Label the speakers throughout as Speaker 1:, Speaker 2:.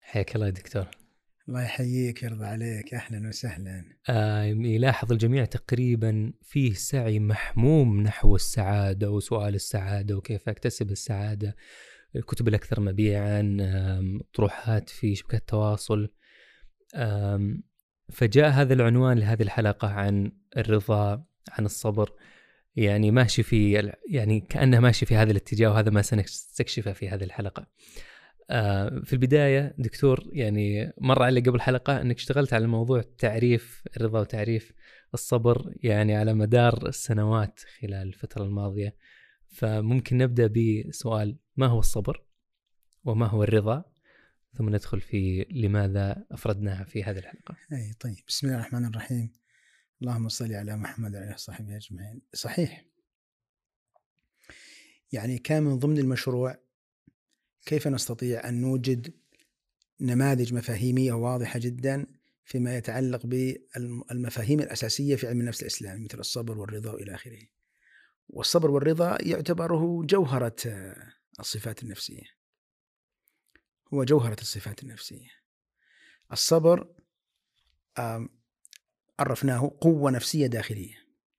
Speaker 1: حياك الله يا دكتور.
Speaker 2: الله يحييك ويرضى عليك، أهلا وسهلا.
Speaker 1: يلاحظ الجميع تقريبا فيه سعي محموم نحو السعادة وسؤال السعادة وكيف أكتسب السعادة، الكتب الأكثر مبيعا، طروحات في شبكات التواصل. فجاء هذا العنوان لهذه الحلقة عن الرضا، عن الصبر، يعني ماشي في، يعني كأنه ماشي في هذا الاتجاه، وهذا ما سنستكشفه في هذه الحلقة. في البداية دكتور، يعني مر علي قبل حلقة أنك اشتغلت على موضوع تعريف الرضا وتعريف الصبر يعني على مدار السنوات خلال الفترة الماضية، فممكن نبدأ بسؤال: ما هو الصبر وما هو الرضا؟ ثم ندخل في لماذا أفردناها في هذه الحلقة.
Speaker 2: أي طيب، بسم الله الرحمن الرحيم. اللهم صل على محمد وعلى صحبه أجمعين. صحيح، يعني كان من ضمن المشروع كيف نستطيع أن نوجد نماذج مفاهيمية واضحة جدا فيما يتعلق بالمفاهيم الأساسية في علم النفس الإسلامي مثل الصبر والرضا وإلى آخره. والصبر والرضا يعتبره جوهرة الصفات النفسية، هو جوهرة الصفات النفسية. الصبر عرفناه قوة نفسية داخلية،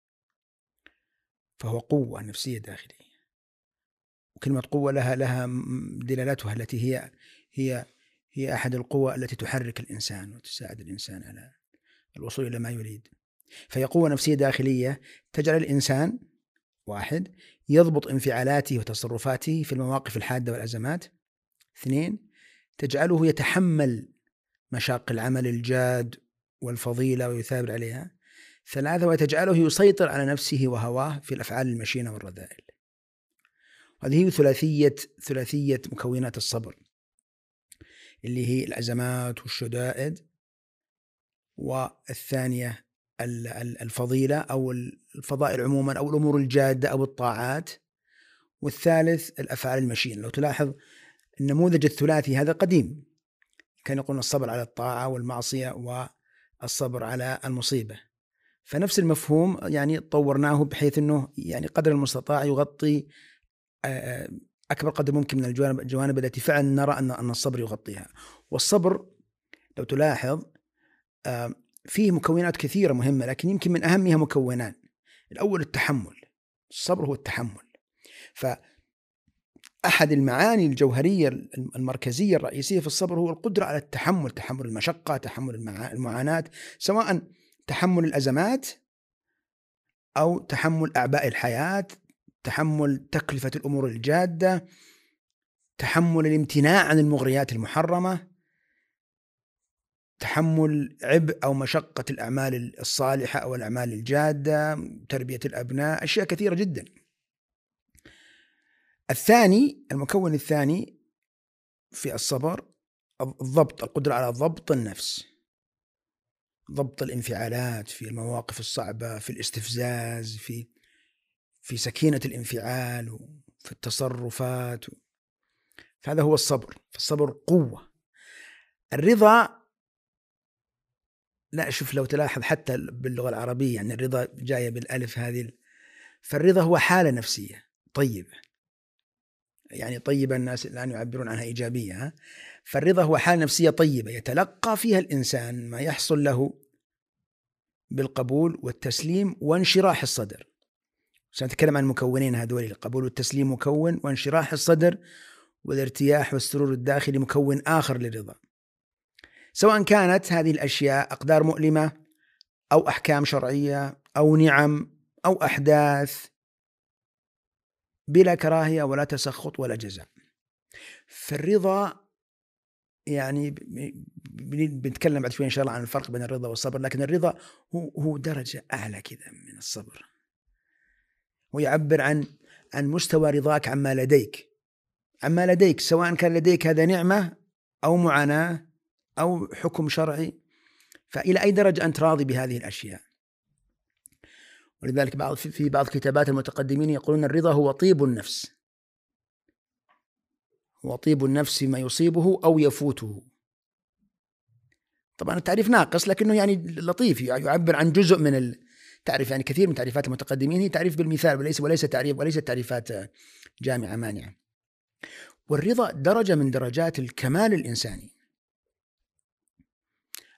Speaker 2: فهو قوة نفسية داخلية، وكلمة قوة لها دلالاتها التي هي أحد القوى التي تحرك الإنسان وتساعد الإنسان على الوصول إلى ما يريد. فهي قوة نفسية داخلية تجعل الإنسان واحد يضبط انفعالاته وتصرفاته في المواقف الحادة والأزمات. اثنين، تجعله يتحمل مشاق العمل الجاد والفضيلة ويثابر عليها. ثلاثة، وتجعله يسيطر على نفسه وهواه في الأفعال المشينة والرذائل. هذه هي ثلاثية مكونات الصبر، اللي هي الأزمات والشدائد، والثانية الفضيلة أو الفضائل عموما أو الأمور الجادة أو الطاعات، والثالث الأفعال المشينة. لو تلاحظ النموذج الثلاثي هذا قديم، كان يقولون الصبر على الطاعة والمعصية والصبر على المصيبة، فنفس المفهوم يعني طورناه بحيث أنه يعني قدر المستطاع يغطي أكبر قدر ممكن من الجوانب التي فعلا نرى أن الصبر يغطيها. والصبر لو تلاحظ فيه مكونات كثيرة مهمة، لكن يمكن من أهمها مكونان. الأول التحمل، الصبر هو التحمل. فأحد المعاني الجوهرية المركزية الرئيسية في الصبر هو القدرة على التحمل، تحمل المشقة، تحمل المعاناة، سواء تحمل الأزمات أو تحمل أعباء الحياة، تحمل تكلفة الأمور الجادة، تحمل الامتناع عن المغريات المحرمة، تحمل عبء أو مشقة الأعمال الصالحة أو الأعمال الجادة، تربية الأبناء، أشياء كثيرة جدا. الثاني، المكون الثاني في الصبر الضبط، القدرة على ضبط النفس، ضبط الانفعالات في المواقف الصعبة، في الاستفزاز، في سكينة الانفعال وفي التصرفات. فهذا هو الصبر، فالصبر قوة. الرضا، لا شوف، لو تلاحظ حتى باللغة العربية يعني الرضا جاية بالألف هذه، فالرضا هو حالة نفسية طيبة، يعني طيبة الناس الآن يعبرون عنها إيجابية. فالرضا هو حالة نفسية طيبة يتلقى فيها الإنسان ما يحصل له بالقبول والتسليم وانشراح الصدر. سنتكلم عن المكونين هذول، القبول والتسليم مكون، وانشراح الصدر والارتياح والسرور الداخلي مكون آخر للرضا. سواء كانت هذه الأشياء أقدار مؤلمة أو أحكام شرعية أو نعم أو أحداث، بلا كراهية ولا تسخط ولا جزع. فالرضا يعني بنتكلم بعد شوي إن شاء الله عن الفرق بين الرضا والصبر، لكن الرضا هو درجة أعلى كذا من الصبر، ويعبر عن مستوى رضاك عما لديك، سواء كان لديك هذا نعمة أو معاناة أو حكم شرعي، فإلى أي درجة أنت راضي بهذه الأشياء. ولذلك في بعض كتابات المتقدمين يقولون الرضا هو طيب النفس، هو طيب النفس ما يصيبه أو يفوته. طبعا التعريف ناقص لكنه يعني لطيف، يعبر عن جزء من التعريف. يعني كثير من تعريفات المتقدمين هي تعريف بالمثال وليس تعريفات جامعة مانعة. والرضا درجة من درجات الكمال الإنساني،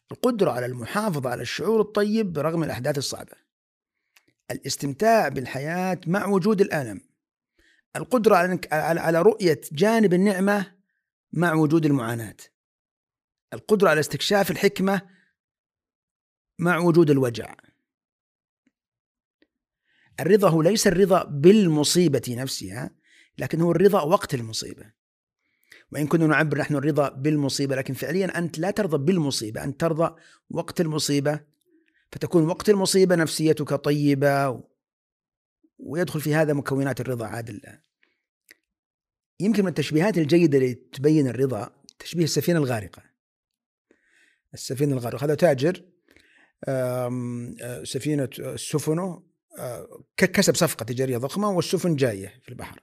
Speaker 2: القدرة على المحافظة على الشعور الطيب برغم الأحداث الصعبة، الاستمتاع بالحياة مع وجود الألم، القدرة على رؤية جانب النعمة مع وجود المعاناة، القدرة على استكشاف الحكمة مع وجود الوجع. الرضا هو ليس الرضا بالمصيبة نفسها، لكن هو الرضا وقت المصيبة. وإن كنا نعبر نحن الرضا بالمصيبة، لكن فعليا أنت لا ترضى بالمصيبة، أنت ترضى وقت المصيبة، فتكون وقت المصيبة نفسيتك طيبة، ويدخل في هذا مكونات الرضا عادل. يمكن من التشبيهات الجيدة اللي تبين الرضا تشبيه السفينة الغارقة. السفينة الغارقة هذا تاجر سفينة سفنه كسب صفقة تجارية ضخمة والسفن جاية في البحر،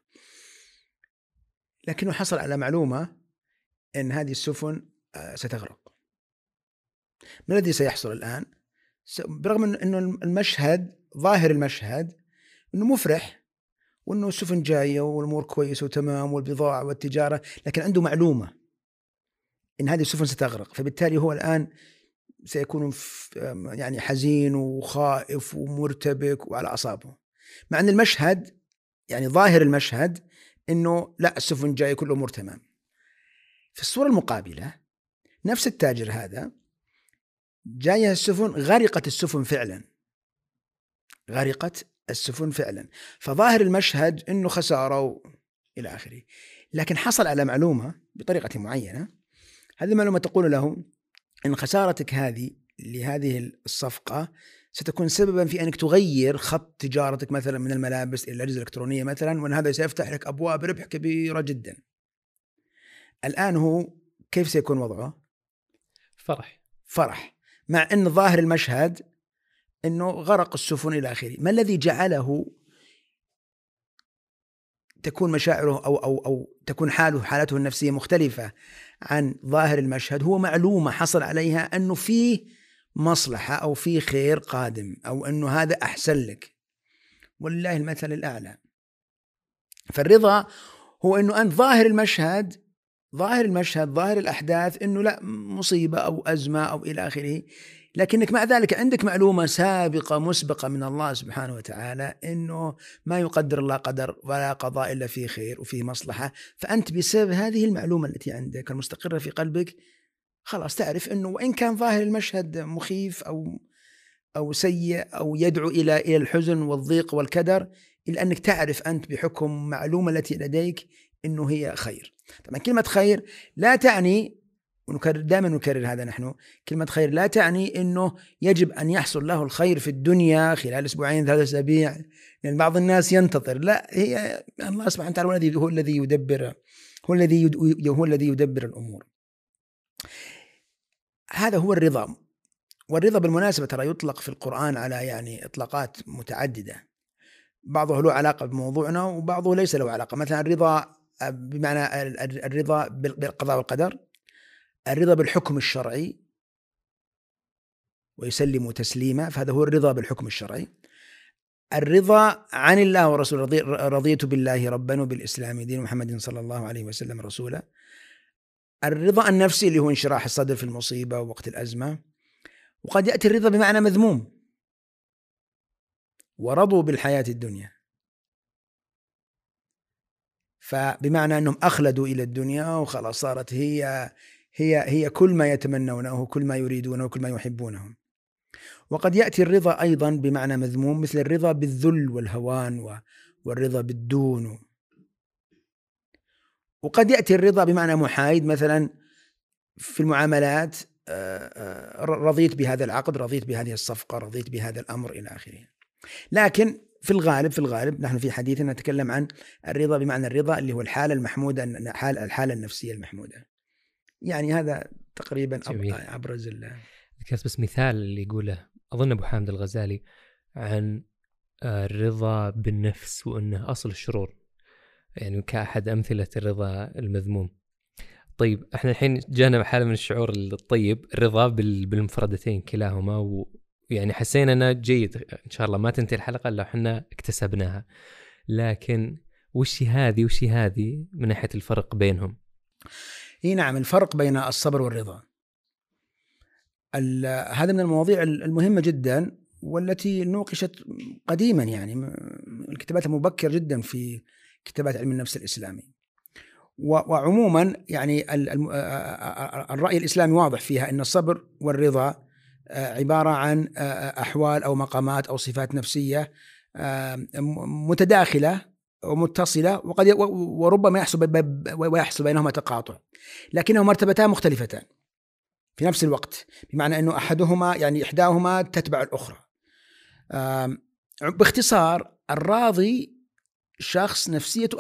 Speaker 2: لكنه حصل على معلومة أن هذه السفن ستغرق. ما الذي سيحصل الآن؟ برغم أنه المشهد ظاهر المشهد أنه مفرح وأنه السفن جاية والأمور كويسة وتمام والبضاعة والتجارة، لكن عنده معلومة أن هذه السفن ستغرق، فبالتالي هو الآن سيكون يعني حزين وخائف ومرتبك وعلى أعصابه، مع أن المشهد يعني ظاهر المشهد أنه لا، السفن جاية كل أمور تمام. في الصورة المقابلة نفس التاجر هذا جاية السفن، غرقت السفن فعلا، غرقت السفن فعلا، فظاهر المشهد أنه خسارة إلى آخره، لكن حصل على معلومة بطريقة معينة. هذه المعلومة تقول له أن خسارتك هذه لهذه الصفقة ستكون سببا في أنك تغير خط تجارتك مثلا من الملابس إلى الأجهزة الإلكترونية مثلا، وأن هذا سيفتح لك أبواب ربح كبيرة جدا. الآن هو كيف سيكون وضعه؟ فرح، مع أن ظاهر المشهد أنه غرق السفن إلى آخره. ما الذي جعله تكون مشاعره أو تكون حالته النفسية مختلفة عن ظاهر المشهد؟ هو معلومة حصل عليها أنه فيه مصلحة أو فيه خير قادم، أو أنه هذا أحسن لك، ولله المثل الأعلى. فالرضا هو أنه أنت ظاهر المشهد ظاهر الأحداث أنه لا، مصيبة أو أزمة أو إلى آخره، لكنك مع ذلك عندك معلومة سابقة مسبقة من الله سبحانه وتعالى أنه ما يقدر الله قدر ولا قضاء إلا فيه خير وفيه مصلحة. فأنت بسبب هذه المعلومة التي عندك المستقرة في قلبك خلاص تعرف أنه وإن كان ظاهر المشهد مخيف أو سيء أو يدعو إلى الحزن والضيق والكدر، إلا أنك تعرف أنت بحكم معلومة التي لديك أنه هي خير. طبعا كلمة خير لا تعني، دائما نكرر هذا نحن، كلمة خير لا تعني أنه يجب أن يحصل له الخير في الدنيا خلال أسبوعين 3 أسابيع، لأن بعض الناس ينتظر. لا، هي الله سبحانه وتعالى هو الذي يدبر الأمور. هذا هو الرضا. والرضا بالمناسبة ترى يطلق في القرآن على يعني إطلاقات متعددة، بعضه له علاقة بموضوعنا وبعضه ليس له علاقة. مثلا الرضا بمعنى الرضا بالقضاء والقدر، الرضا بالحكم الشرعي ويسلم تسليما، فهذا هو الرضا بالحكم الشرعي. الرضا عن الله ورسوله، رضيت بالله ربا وبالإسلام دين محمد صلى الله عليه وسلم رسولا. الرضا النفسي اللي هو انشراح الصدر في المصيبة ووقت الأزمة. وقد يأتي الرضا بمعنى مذموم، ورضوا بالحياة الدنيا، فبمعنى أنهم أخلدوا إلى الدنيا وخلاص صارت هي كل ما يتمنونه وكل ما يريدونه وكل ما يحبونه. وقد يأتي الرضا أيضا بمعنى مذموم، مثل الرضا بالذل والهوان والرضا بالدون. وقد يأتي الرضا بمعنى محايد، مثلا في المعاملات رضيت بهذا العقد، رضيت بهذه الصفقة، رضيت بهذا الأمر إلى آخره. لكن في الغالب نحن في حديثنا نتكلم عن الرضا بمعنى الرضا اللي هو الحالة المحمودة، الحالة النفسية المحمودة. يعني هذا تقريبا أبرز
Speaker 1: كان بس مثال اللي يقوله أظن أبو حامد الغزالي عن الرضا بالنفس وأنه أصل الشرور، يعني كأحد أمثلة الرضا المذموم. طيب احنا الحين جانا حالة من الشعور الطيب، الرضا بالمفردتين كلاهما، ويعني حسينا أنه جيد. إن شاء الله ما تنتهي الحلقة إلا احنا اكتسبناها. لكن وش هذه من ناحية الفرق بينهم؟
Speaker 2: نعم، الفرق بين الصبر والرضا. هذا من المواضيع المهمة جدا والتي نوقشت قديما، يعني الكتابات المبكرة جدا في كتابات علم النفس الإسلامي. وعموما يعني الرأي الإسلامي واضح فيها أن الصبر والرضا عبارة عن أحوال أو مقامات أو صفات نفسية متداخلة ومتصلة، وربما يحصل بينهما تقاطع، لكنهما مرتبتان مختلفتان في نفس الوقت، بمعنى أنه إحداهما تتبع الأخرى. باختصار، الراضي شخص نفسيته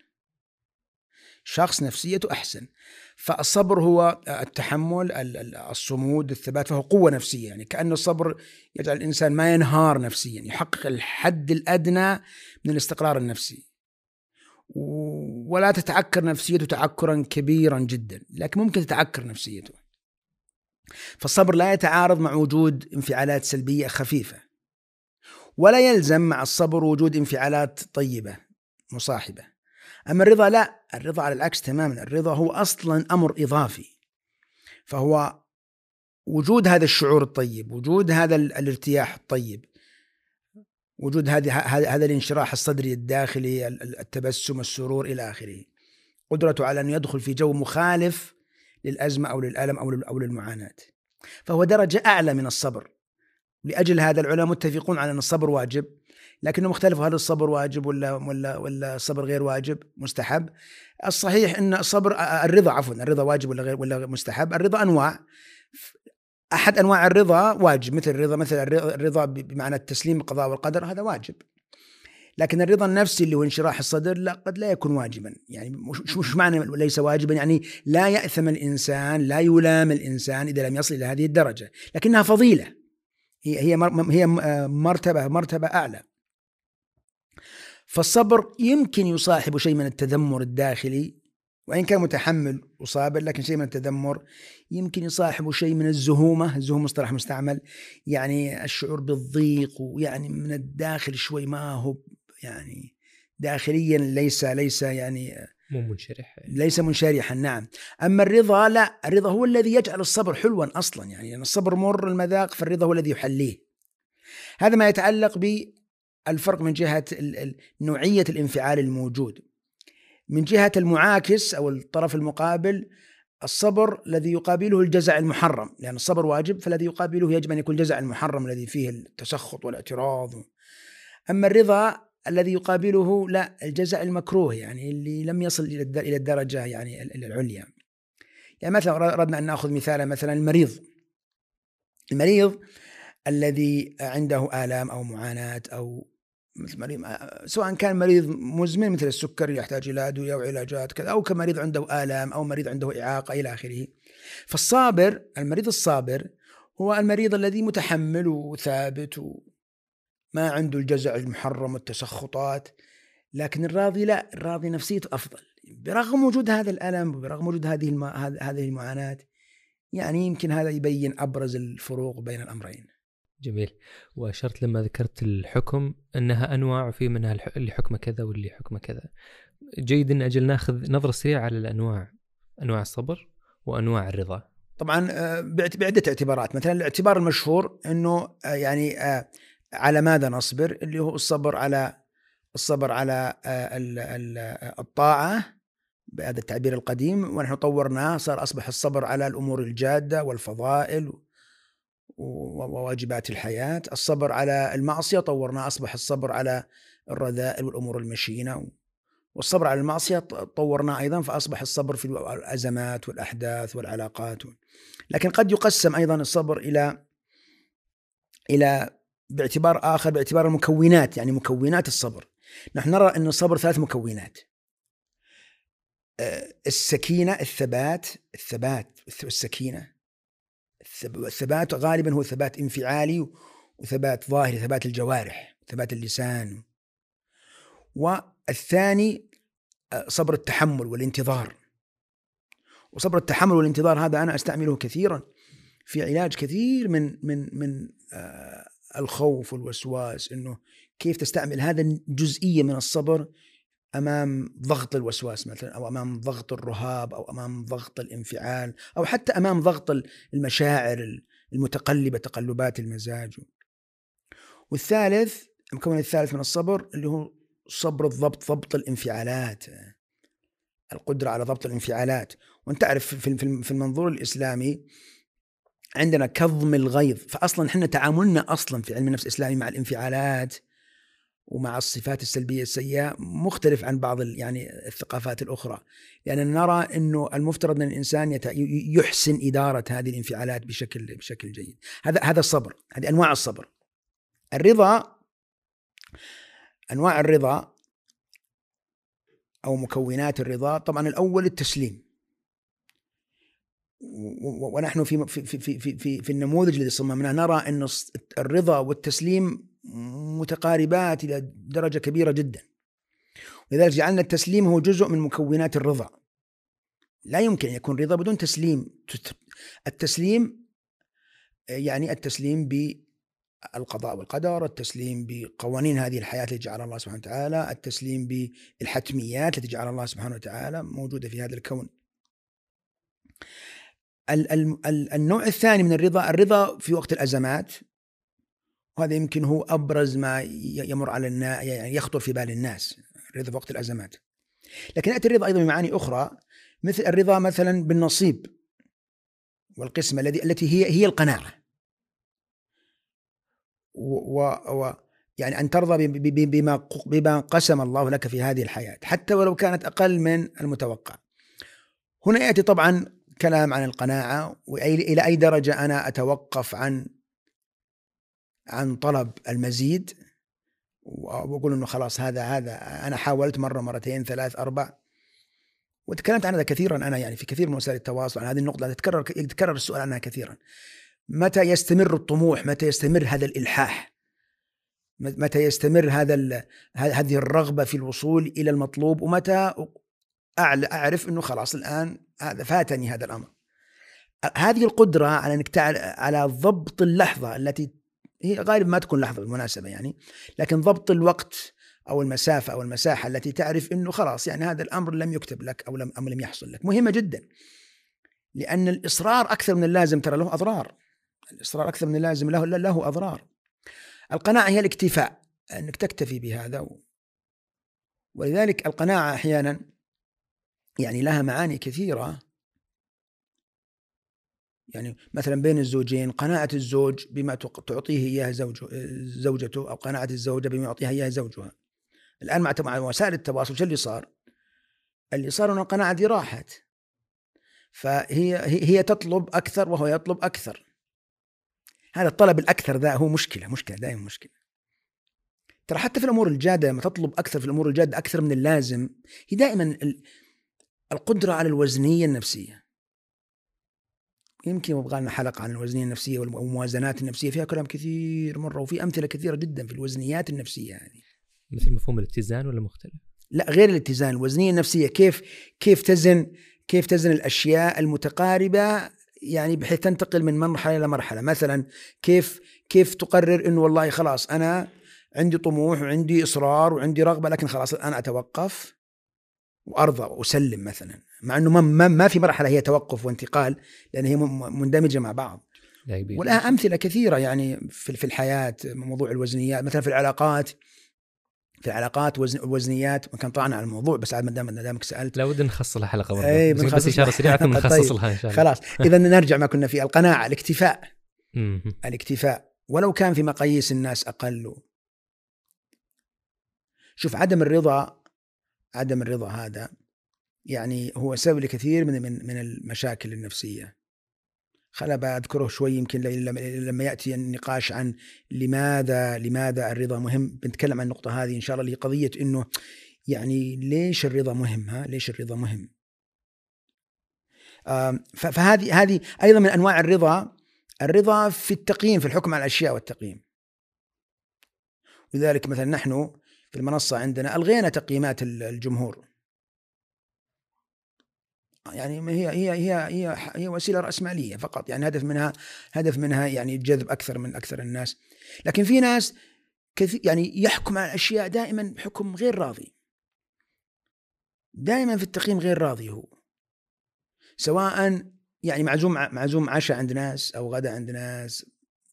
Speaker 2: أحسن. فالصبر هو التحمل، الصمود، الثبات، فهو قوة نفسية. يعني كأن الصبر يجعل الإنسان ما ينهار نفسيا، يحقق الحد الأدنى من الاستقرار النفسي، ولا تتعكر نفسيته تعكرا كبيرا جدا، لكن ممكن تتعكر نفسيته. فالصبر لا يتعارض مع وجود انفعالات سلبية خفيفة، ولا يلزم مع الصبر وجود انفعالات طيبة مصاحبة. أما الرضا لا، الرضا على العكس تماما، الرضا هو أصلا أمر إضافي، فهو وجود هذا الشعور الطيب، وجود هذا الارتياح الطيب، وجود هذا الانشراح الصدري الداخلي، التبسم، السرور إلى آخره، قدرته على أن يدخل في جو مخالف للأزمة أو للألم أو للمعاناة، فهو درجة أعلى من الصبر. لأجل هذا العلماء متفقون على أن الصبر واجب، لكنه مختلف، هل الصبر واجب ولا الصبر غير واجب مستحب؟ الصحيح أن الرضا واجب ولا مستحب. الرضا أنواع، أحد أنواع الرضا واجب، مثل الرضا بمعنى التسليم بالقضاء والقدر، هذا واجب. لكن الرضا النفسي اللي هو انشراح الصدر لا، قد لا يكون واجبا. يعني مش معنى ليس واجبا؟ يعني لا يأثم الإنسان، لا يلام الإنسان إذا لم يصل إلى هذه الدرجة، لكنها فضيلة، هي مرتبة أعلى. فالصبر يمكن يصاحب شيء من التذمر الداخلي، وإن كان متحمل وصابر، لكن شيء من التذمر. يمكن يصاحب شيء من الزهومة مصطلح مستعمل، يعني الشعور بالضيق، ويعني من الداخل شوي ما هو يعني داخليا ليس يعني ليس منشرحا. نعم. أما الرضا لا، الرضا هو الذي يجعل الصبر حلوا أصلا، يعني الصبر مر المذاق، فالرضا هو الذي يحليه. هذا ما يتعلق بالفرق من جهة نوعية الانفعال الموجود. من جهة المعاكس أو الطرف المقابل، الصبر الذي يقابله الجزع المحرم، لأن الصبر واجب، فالذي يقابله يجب أن يكون الجزع المحرم الذي فيه التسخط والاعتراض. أما الرضا الذي يقابله لا، الجزع المكروه، يعني اللي لم يصل إلى الدرجة يعني العليا. يعني مثلا أردنا أن نأخذ مثلا المريض الذي عنده آلام أو معاناة، أو مريض سواء كان مريض مزمن مثل السكري يحتاج إلى أدوية وعلاجات كذا، أو كمريض عنده آلام، أو مريض عنده إعاقة إلى آخره. المريض الصابر هو المريض الذي متحمل وثابت وما عنده الجزع المحرم والتسخطات. لكن الراضي لا، الراضي نفسيته أفضل برغم وجود هذا الألم، برغم وجود هذه المعاناة. يعني يمكن هذا يبين أبرز الفروق بين الأمرين.
Speaker 1: جميل. وأشرت لما ذكرت الحكم أنها أنواع، في منها اللي حكمه كذا واللي حكمه كذا. جيد أن أجل ناخذ نظرة سريعة على أنواع الصبر وأنواع الرضا.
Speaker 2: طبعا بعدة اعتبارات. مثلا الاعتبار المشهور أنه يعني على ماذا نصبر، اللي هو الصبر على الطاعة بهذا التعبير القديم، ونحن طورناه أصبح الصبر على الأمور الجادة والفضائل وواجبات الحياة. الصبر على المعصية طورناه، أصبح الصبر على الرذائل والأمور المشينة. والصبر على المعصية طورناه أيضا، فأصبح الصبر في الأزمات والأحداث والعلاقات. لكن قد يقسم أيضا الصبر إلى باعتبار آخر، باعتبار المكونات، يعني مكونات الصبر. نحن نرى أن الصبر 3 مكونات: السكينة، الثبات والسكينة. الثبات غالبا هو ثبات انفعالي، وثبات ظاهري، ثبات الجوارح، ثبات اللسان. والثاني صبر التحمل والانتظار. وصبر التحمل والانتظار هذا أنا أستعمله كثيرا في علاج كثير من الخوف والوسواس، إنه كيف تستعمل هذا الجزئية من الصبر أمام ضغط الوسواس مثلا، أو أمام ضغط الرهاب، أو أمام ضغط الانفعال، أو حتى أمام ضغط المشاعر المتقلبة تقلبات المزاج. والثالث، المكون الثالث من الصبر اللي هو صبر الضبط، ضبط الانفعالات، القدرة على ضبط الانفعالات. وانت تعرف في المنظور الإسلامي عندنا كظم الغيظ، فأصلا احنا تعاملنا أصلا في علم النفس الإسلامي مع الانفعالات ومع الصفات السلبية السيئة مختلف عن بعض يعني الثقافات الأخرى، لأننا نرى أنه المفترض أن الإنسان يحسن إدارة هذه الانفعالات بشكل جيد. هذا الصبر، هذه أنواع الصبر. الرضا، أنواع الرضا أو مكونات الرضا، طبعا الأول التسليم، ونحن في النموذج الذي صممناه نرى أن الرضا والتسليم متقاربات إلى درجة كبيرة جدا، ولذلك جعلنا التسليم هو جزء من مكونات الرضا. لا يمكن أن يكون رضا بدون تسليم. التسليم يعني التسليم بالقضاء والقدر، التسليم بقوانين هذه الحياة التي جعلها الله سبحانه وتعالى، التسليم بالحتميات التي جعلها الله سبحانه وتعالى موجودة في هذا الكون. النوع الثاني من الرضا في وقت الأزمات، وهذا يمكن هو أبرز ما يمر على الناس، يعني يخطر في بال الناس، الرضا في وقت الأزمات. لكن يأتي الرضا أيضا بمعاني أخرى، مثل الرضا مثلا بالنصيب والقسمة التي هي القناعة، يعني أن ترضى بما قسم الله لك في هذه الحياة حتى ولو كانت أقل من المتوقع. هنا يأتي طبعا كلام عن القناعة، وإلى أي درجة أنا أتوقف عن طلب المزيد، وأقول إنه خلاص هذا أنا حاولت مرة مرتين ثلاث أربع، وتكلمت عن هذا كثيرا أنا يعني في كثير من وسائل التواصل عن هذه النقطة، يتكرر السؤال عنها كثيرا. متى يستمر الطموح؟ متى يستمر هذا الإلحاح؟ متى يستمر هذه الرغبة في الوصول إلى المطلوب؟ ومتى أعرف إنه خلاص الآن هذا فاتني هذا الأمر؟ هذه القدرة على ضبط اللحظة التي هي غالبا ما تكون لحظة بالمناسبة يعني، لكن ضبط الوقت أو المسافة أو المساحة التي تعرف إنه خلاص يعني هذا الأمر لم يكتب لك أو لم يحصل لك، مهمة جدا. لأن الإصرار أكثر من اللازم ترى له أضرار، الإصرار أكثر من اللازم له أضرار. القناعة هي الاكتفاء، أنك تكتفي بهذا، ولذلك القناعة أحيانا يعني لها معاني كثيرة. يعني مثلا بين الزوجين، قناعة الزوج بما تعطيه إياه زوجته، أو قناعة الزوجة بما يعطيها إياه زوجها. الآن مع وسائل التواصل شو اللي صار؟ اللي صار أن القناعة دي راحت، فهي تطلب أكثر وهو يطلب أكثر. هذا الطلب الأكثر ذا هو مشكلة دائما مشكلة. ترى حتى في الأمور الجادة لما تطلب أكثر في الأمور الجادة أكثر من اللازم، هي دائما القدرة على الوزنية النفسية. يمكن يبغى لنا حلقة عن الوزنية النفسية والموازنات النفسية، فيها كلام كثير مرة، وفي أمثلة كثيرة جدا في الوزنيات النفسية هذه.
Speaker 1: مثل مفهوم الاتزان ولا مختلف؟
Speaker 2: لا، غير الاتزان. الوزنية النفسية كيف تزن الأشياء المتقاربة، يعني بحيث تنتقل من مرحلة إلى مرحلة. مثلا كيف تقرر إنه والله خلاص أنا عندي طموح وعندي إصرار وعندي رغبة، لكن خلاص أنا أتوقف وأرضى وأسلم مثلا، مع أنه ما في مرحلة هي توقف وانتقال، لأن هي مندمجة مع بعض. ولها أمثلة كثيرة يعني في الحياة. موضوع الوزنيات مثلا في العلاقات وزنيات، وكان طعنا على الموضوع، بس عاد ما دامك سألت
Speaker 1: لا ودنا نخصص لها حلقة برضه، بس إشارة سريعة ثم نخصص لها إن شاء الله.
Speaker 2: خلاص إذا نرجع ما كنا فيه. القناعة، الاكتفاء ولو كان في مقاييس الناس أقل. شوف، عدم الرضا هذا يعني هو سبب لكثير من المشاكل النفسية. خلا بأذكره شوي يمكن لما يأتي النقاش عن لماذا الرضا مهم، بنتكلم عن النقطة هذه إن شاء الله، اللي قضية إنه يعني ليش الرضا مهم. ليش الرضا مهم؟ فهذه أيضا من أنواع الرضا في التقييم، في الحكم على الأشياء والتقييم. لذلك مثلا نحن في المنصة عندنا ألغينا تقييمات الجمهور، يعني هي وسيلة رأسمالية فقط، يعني هدف منها يعني جذب أكثر الناس. لكن في ناس كثير يعني يحكم على الأشياء دائما بحكم غير راضي، دائما في التقييم غير راضي هو، سواء يعني معزوم عشاء عند ناس أو غدا عند ناس،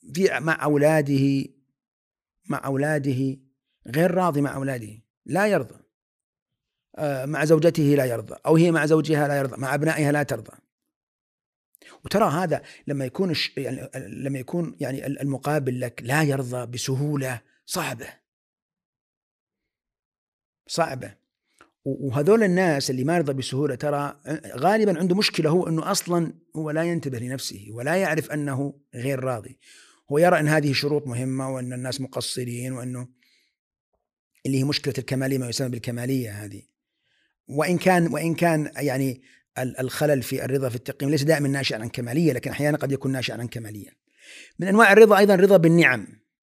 Speaker 2: مع أولاده غير راضي، مع أولاده لا يرضى، مع زوجته لا يرضى، أو هي مع زوجها لا يرضى، مع أبنائها لا ترضى. وترى هذا لما يكون يعني المقابل لك لا يرضى بسهولة، صعبة. وهذول الناس اللي ما يرضى بسهولة ترى غالبا عنده مشكلة، هو أنه أصلا هو لا ينتبه لنفسه ولا يعرف أنه غير راضي. هو يرى أن هذه شروط مهمة وأن الناس مقصرين، وأنه اللي هي مشكلة الكمالية، ما يسمى بالكمالية هذه. وإن كان يعني الخلل في الرضا في التقييم ليس دائما ناشئ عن كمالية، لكن أحيانا قد يكون ناشئ عن كمالية. من أنواع الرضا أيضا رضا بالنعم،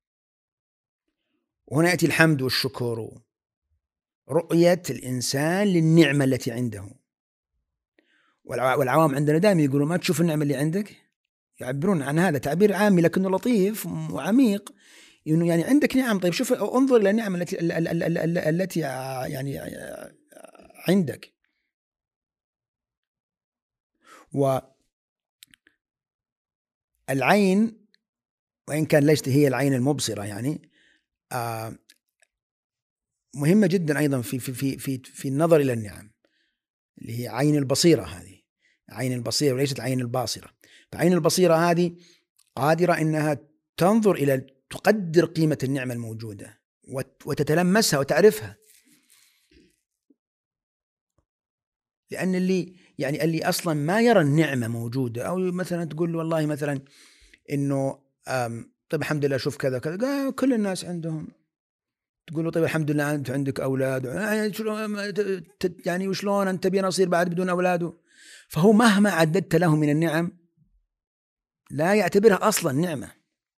Speaker 2: وهنا يأتي الحمد والشكر، رؤية الإنسان للنعمة التي عنده. والعوام عندنا دائما يقولوا ما تشوف النعمة اللي عندك، يعبرون عن هذا تعبير عامي لكنه لطيف وعميق، إنه يعني عندك نعم، طيب شوف انظر إلى النعم التي يعني عندك. والعين وإن كان ليست هي العين المبصرة يعني مهمة جدا أيضا في النظر إلى النعم، اللي هي عين البصيرة. هذه عين البصيرة وليست عين الباصرة. فعين البصيرة هذه قادرة إنها تنظر إلى، تقدر قيمة النعمة الموجودة وتتلمسها وتعرفها. لأن اللي أصلا ما يرى النعمة موجودة، أو مثلا تقول له والله مثلا إنه طيب الحمد لله شوف كذا كذا، كل الناس عندهم. تقول له طيب الحمد لله أنت عندك أولاد، يعني وشلون أنت بينا نصير بعد بدون أولاده؟ فهو مهما عددت له من النعم لا يعتبرها أصلا نعمة.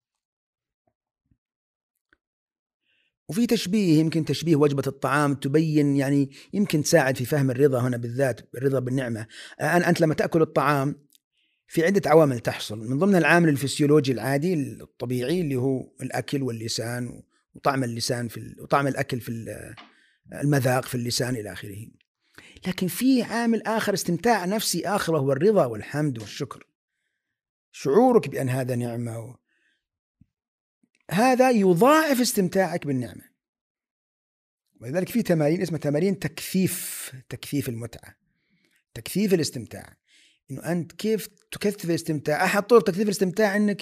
Speaker 2: وفي تشبيه، يمكن تشبيه وجبة الطعام تبين، يعني يمكن تساعد في فهم الرضا هنا بالذات، الرضا بالنعمة. أنت لما تأكل الطعام في عدة عوامل تحصل، من ضمن العامل الفسيولوجي العادي الطبيعي اللي هو الأكل واللسان وطعم اللسان وطعم الأكل في المذاق في اللسان إلى آخره. لكن في عامل آخر، استمتاع نفسي آخر، وهو الرضا والحمد والشكر، شعورك بأن هذا نعمة، هذا يضاعف استمتاعك بالنعمة. ولذلك في تمارين اسمها تمارين تكثيف المتعة، تكثيف الاستمتاع. إنه أنت كيف تكثف الاستمتاع؟ أحد طرق تكثيف الاستمتاع إنك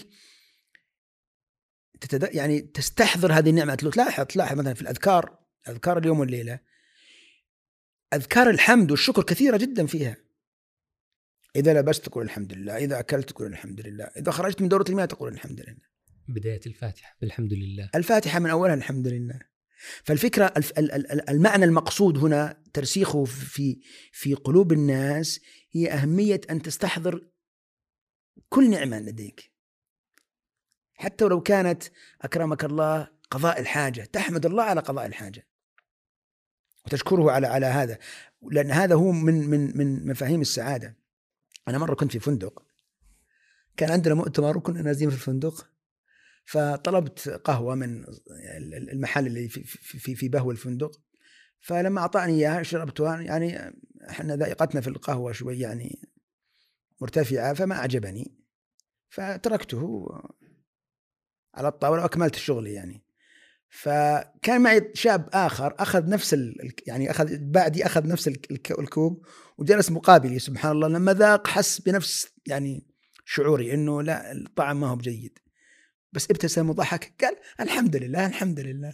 Speaker 2: يعني تستحضر هذه النعمة. تلاحظ مثلا في أذكار اليوم والليلة، أذكار الحمد والشكر كثيرة جدا فيها. إذا لبست تقول الحمد لله، إذا أكلت تقول الحمد لله، إذا خرجت من دورة المياه تقول الحمد لله.
Speaker 1: بداية الفاتحة بالحمد لله،
Speaker 2: الفاتحة من أولها الحمد لله. فالفكرة المعنى المقصود هنا ترسيخه في قلوب الناس هي أهمية أن تستحضر كل نعمة لديك، حتى ولو كانت أكرمك الله قضاء الحاجة، تحمد الله على قضاء الحاجة وتشكره على هذا، لأن هذا هو من مفاهيم السعادة. أنا مرة كنت في فندق، كان عندنا مؤتمر وكنا نازلين في الفندق، فطلبت قهوة من المحل اللي في بهو الفندق، فلما أعطاني إياها شربتها. يعني احنا ذائقتنا في القهوة شوي يعني مرتفعة، فما أعجبني، فتركته على الطاولة وأكملت الشغل يعني. فكان معي شاب آخر أخذ نفس يعني أخذ بعدي، أخذ نفس الكوب وجلس مقابلي. سبحان الله، لما ذاق حس بنفس يعني شعوري إنه لا، الطعم ما هو بجيد، بس ابتسم وضحك، قال الحمد لله الحمد لله.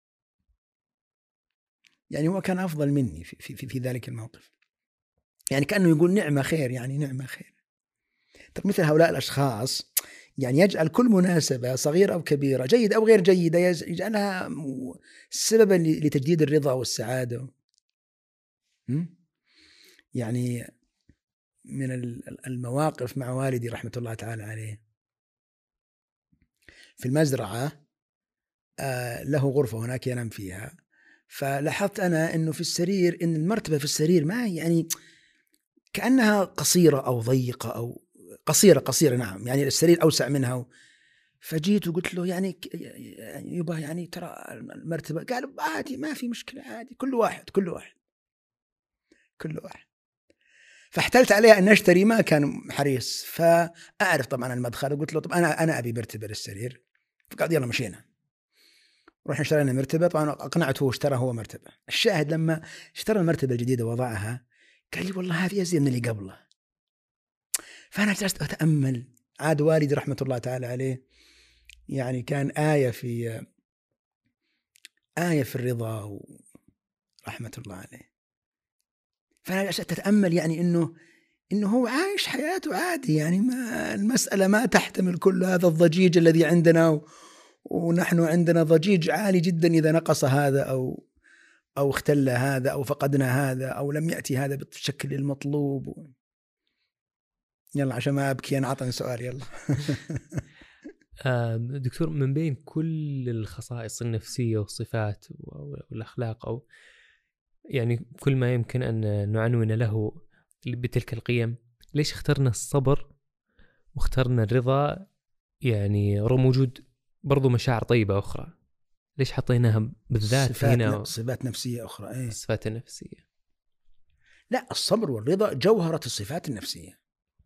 Speaker 2: يعني هو كان أفضل مني في ذلك الموقف، يعني كأنه يقول نعمة خير، يعني نعمة خير. طب مثل هؤلاء الأشخاص يعني يجعل كل مناسبة صغيرة أو كبيرة، جيدة أو غير جيدة، يجعلها سببا لتجديد الرضا والسعادة. يعني من المواقف مع والدي رحمة الله تعالى عليه، في المزرعة له غرفة هناك ينام فيها، فلاحظت أنا أنه في السرير، إن المرتبة في السرير ما يعني كأنها قصيرة أو ضيقة، أو قصيرة نعم، يعني السرير أوسع منها. فجيت وقلت له يعني يبا يعني ترى المرتبة، قال عادي ما في مشكلة، عادي، كل واحد. فاحتلت عليها أن أشتري، ما كان حريص، فأعرف طبعا المدخل، قلت له طب أنا أبي مرتبة للسرير، فقال يلا مشينا رحنا اشترينا مرتبة. طبعا أقنعته واشترى هو مرتبة. الشاهد لما اشترى المرتبة الجديدة وضعها قال لي والله هذه أزين من اللي قبله. فأنا جلست أتأمل. عاد والدي رحمة الله تعالى عليه يعني كان آية في الرضا رحمة الله عليه. فأنا جلست أتأمل يعني إنه هو عايش حياته عادي، يعني ما المسألة ما تحتمل كل هذا الضجيج الذي عندنا، ونحن عندنا ضجيج عالي جدا إذا نقص هذا أو اختل هذا أو فقدنا هذا أو لم يأتي هذا بالشكل المطلوب. يلا عشان ما أبكي أنا، عطني سؤال يلا.
Speaker 1: دكتور، من بين كل الخصائص النفسية والصفات والأخلاق، أو يعني كل ما يمكن أن نعنون له بتلك القيم، ليش اخترنا الصبر واخترنا الرضا؟ يعني رغم وجود برضو مشاعر طيبة أخرى، ليش حطيناها بالذات هنا؟
Speaker 2: صفات نفسية أخرى. إيه؟
Speaker 1: الصفات النفسية.
Speaker 2: لا، الصبر والرضا جوهرة الصفات النفسية،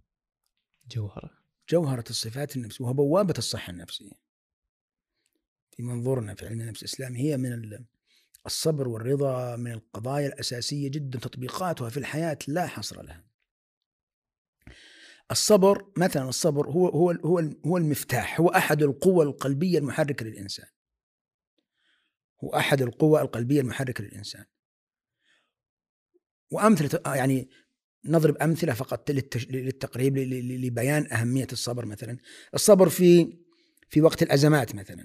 Speaker 2: جوهرة الصفات النفسية، وهو بوابة الصحة النفسية في منظورنا في علم النفس الإسلامي. هي من الصبر والرضا من القضايا الأساسية جدا، تطبيقاتها في الحياة لا حصر لها. الصبر مثلا، الصبر هو المفتاح، هو أحد القوى القلبية المحركة للإنسان، هو أحد القوى القلبية المحركة للإنسان. وأمثلة يعني نضرب أمثلة فقط للتقريب لبيان أهمية الصبر. مثلا الصبر في وقت الأزمات، مثلا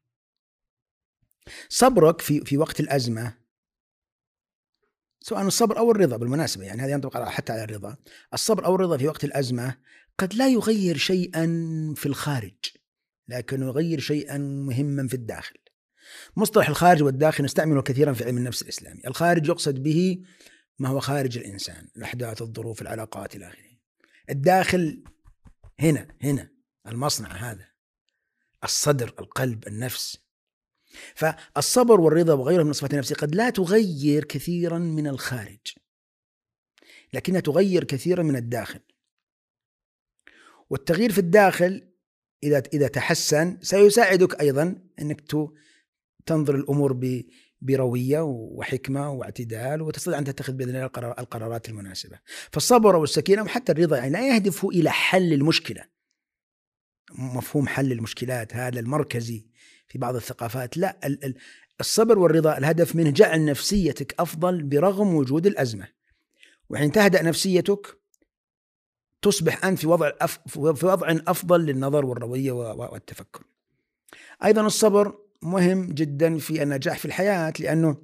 Speaker 2: صبرك في وقت الأزمة، سواء الصبر أو الرضا بالمناسبة، يعني هذا ينطبق حتى على الرضا. الصبر أو الرضا في وقت الأزمة قد لا يغير شيئا في الخارج، لكن يغير شيئا مهما في الداخل. مصطلح الخارج والداخل نستعمله كثيرا في علم النفس الإسلامي. الخارج يقصد به ما هو خارج الإنسان، الأحداث، الظروف، العلاقات إلى آخره. الداخل هنا المصنع، هذا الصدر، القلب، النفس. فالصبر والرضا وغيرها من الصفات النفسية قد لا تغير كثيرا من الخارج، لكنها تغير كثيرا من الداخل. والتغيير في الداخل إذا تحسن سيساعدك أيضا أنك تنظر الأمور بروية وحكمة واعتدال، وتستطيع أن تتخذ بإذن الله القرارات المناسبة. فالصبر والسكينة وحتى الرضا يعني لا يهدف إلى حل المشكلة، مفهوم حل المشكلات هذا المركزي في بعض الثقافات. لا، الصبر والرضا الهدف منه جعل نفسيتك أفضل برغم وجود الأزمة، وحين تهدأ نفسيتك تصبح أنت في وضع أفضل للنظر والروية والتفكر. أيضا الصبر مهم جدا في النجاح في الحياة، لأنه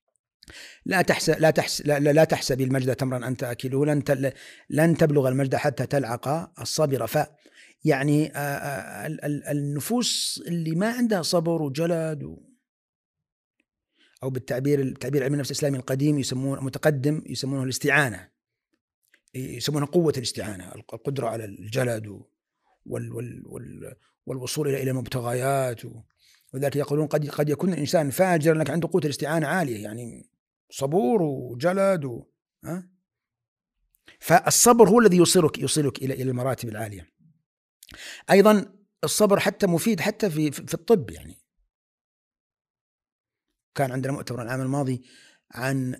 Speaker 2: لا تحسب المجد تمرا أنت أكله، لن تبلغ المجد حتى تلعق الصبر. يعني النفوس اللي ما عندها صبر وجلد أو بالتعبير علم النفس الإسلامي القديم متقدم يسمونه الاستعانة، يسمونها قوة الاستعانة، القدرة على الجلد والوصول إلى المبتغيات. وذلك يقولون قد يكون الإنسان فاجر لكن عنده قوة الاستعانة عالية، يعني صبور وجلد فالصبر هو الذي يوصلك إلى المراتب العالية. أيضا الصبر حتى مفيد حتى في الطب. يعني كان عندنا مؤتمر العام الماضي عن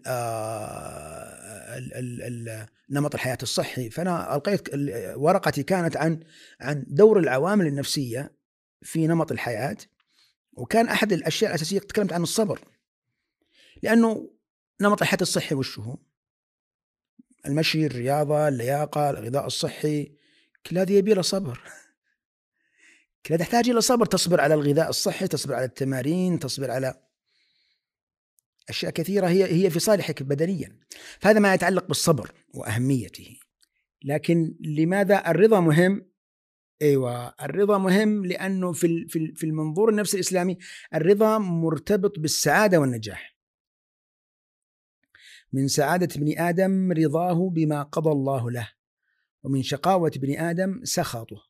Speaker 2: نمط الحياة الصحي، فأنا ألقيت ورقتي كانت عن دور العوامل النفسية في نمط الحياة، وكان أحد الأشياء الأساسية تكلمت عن الصبر، لأنه نمط الحياة الصحي وشه المشي، الرياضة، اللياقة، الغذاء الصحي، كل هذه يبي له صبر، كل هذا يحتاج إلى صبر. تصبر على الغذاء الصحي، تصبر على التمارين، تصبر على أشياء كثيرة هي في صالحك بدنيا. فهذا ما يتعلق بالصبر وأهميته. لكن لماذا الرضا مهم؟ أيوة، الرضا مهم لأنه في المنظور النفسي الإسلامي الرضا مرتبط بالسعادة والنجاح. من سعادة ابن آدم رضاه بما قضى الله له، ومن شقاوة ابن آدم سخطه.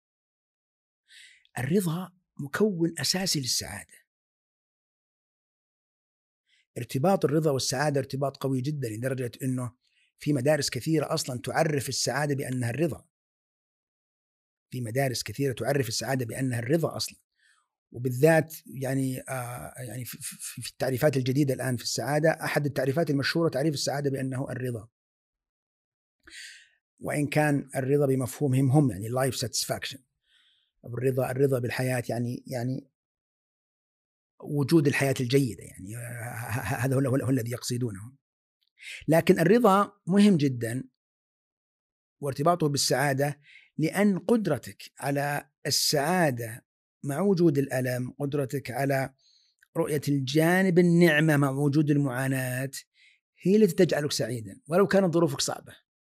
Speaker 2: الرضا مكون أساسي للسعادة. ارتباط الرضا والسعادة ارتباط قوي جدا، لدرجة أنه في مدارس كثيرة أصلا تعرف السعادة بأنها الرضا، في مدارس كثيرة تعرف السعادة بأنها الرضا أصلا، وبالذات يعني يعني في التعريفات الجديدة الآن في السعادة، أحد التعريفات المشهورة تعريف السعادة بأنه الرضا، وإن كان الرضا بمفهومهم هم يعني life satisfaction، الرضا بالحياة يعني وجود الحياة الجيدة، يعني هذا هو الذي يقصدونه. لكن الرضا مهم جدا وارتباطه بالسعادة، لأن قدرتك على السعادة مع وجود الألم، قدرتك على رؤية الجانب النعمة مع وجود المعاناة، هي التي تجعلك سعيدا ولو كانت ظروفك صعبة.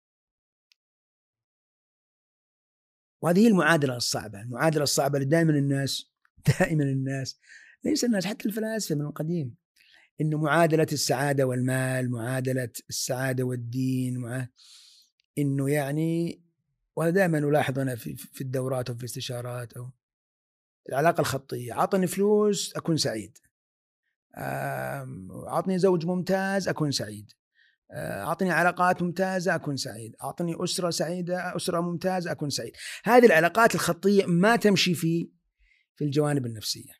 Speaker 2: وهذه المعادلة الصعبة، المعادلة الصعبة اللي دائما الناس ليس الناس، حتى الفلاسفة من القديم، إنه معادلة السعادة والمال، معادلة السعادة والدين، إنه يعني، وهذا دائما نلاحظ أنا في الدورات أو في الاستشارات أو العلاقة الخطية، عطني فلوس أكون سعيد، أعطني زوج ممتاز أكون سعيد، أعطني علاقات ممتازة أكون سعيد، أعطني أسرة سعيدة، أسرة ممتازة أكون سعيد. هذه العلاقات الخطية ما تمشي في الجوانب النفسية.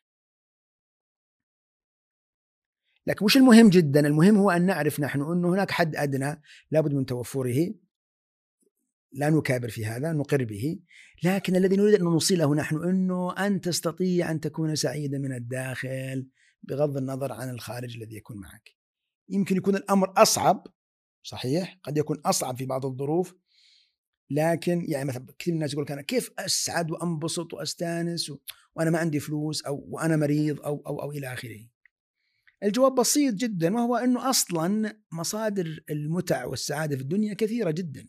Speaker 2: لكن وش المهم جدا؟ المهم هو أن نعرف نحن أنه هناك حد أدنى لابد من توفره، لا نكابر في هذا، نقر به، لكن الذي نريد أن نوصله نحن أنه أن تستطيع أن تكون سعيدا من الداخل بغض النظر عن الخارج الذي يكون معك. يمكن يكون الأمر أصعب، صحيح، قد يكون أصعب في بعض الظروف، لكن يعني مثلا كثير من الناس يقول أنا كيف أسعد وأنبسط وأستانس وأنا ما عندي فلوس أو وأنا مريض أو إلى آخره. الجواب بسيط جدا، وهو أنه أصلا مصادر المتع والسعادة في الدنيا كثيرة جدا،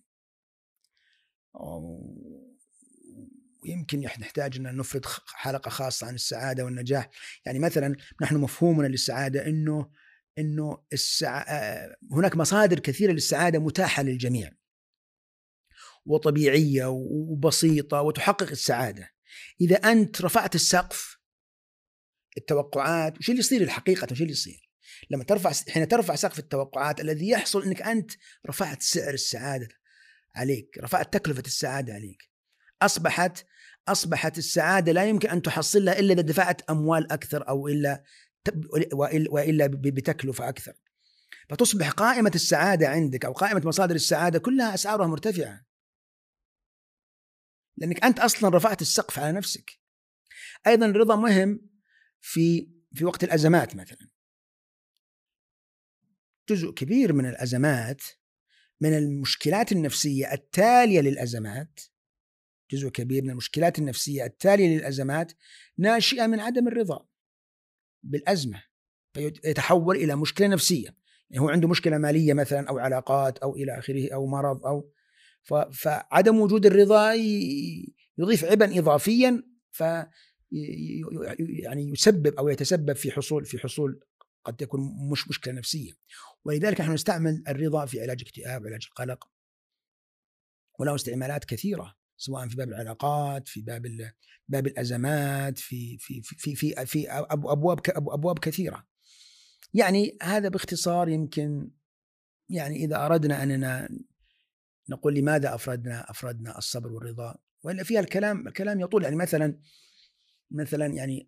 Speaker 2: ويمكن نحتاج أن نفرد حلقة خاصة عن السعادة والنجاح. يعني مثلا نحن مفهومنا للسعادة أنه هناك مصادر كثيرة للسعادة متاحة للجميع وطبيعية وبسيطة وتحقق السعادة. إذا أنت رفعت السقف التوقعات، وش اللي يصير الحقيقة؟ وش اللي يصير لما حين ترفع سقف التوقعات، الذي يحصل أنك أنت رفعت سعر السعادة عليك، رفعت تكلفة السعادة عليك، أصبحت السعادة لا يمكن أن تحصلها إلا إذا دفعت أموال أكثر أو وإلا بتكلفة أكثر. فتصبح قائمة السعادة عندك أو قائمة مصادر السعادة كلها أسعارها مرتفعة، لأنك أنت أصلا رفعت السقف على نفسك. أيضا الرضا مهم في وقت الأزمات. مثلا جزء كبير من الأزمات، من المشكلات النفسية التالية للأزمات، جزء كبير من المشكلات النفسية التالية للأزمات ناشئة من عدم الرضا بالأزمة، فيتحول إلى مشكلة نفسية. يعني هو عنده مشكلة مالية مثلا أو علاقات أو إلى آخره أو مرض فعدم وجود الرضا يضيف عبئا إضافيا، يعني يسبب أو يتسبب في حصول قد تكون مش مشكلة نفسية. ولذلك نحن نستعمل الرضا في علاج الاكتئاب وعلاج القلق، وله استعمالات كثيرة، سواء في باب العلاقات، في باب الأزمات، في أبواب كثيرة. يعني هذا باختصار. يمكن يعني إذا أردنا أننا نقول لماذا أفردنا الصبر والرضا، وإلا فيها الكلام يطول. يعني مثلا يعني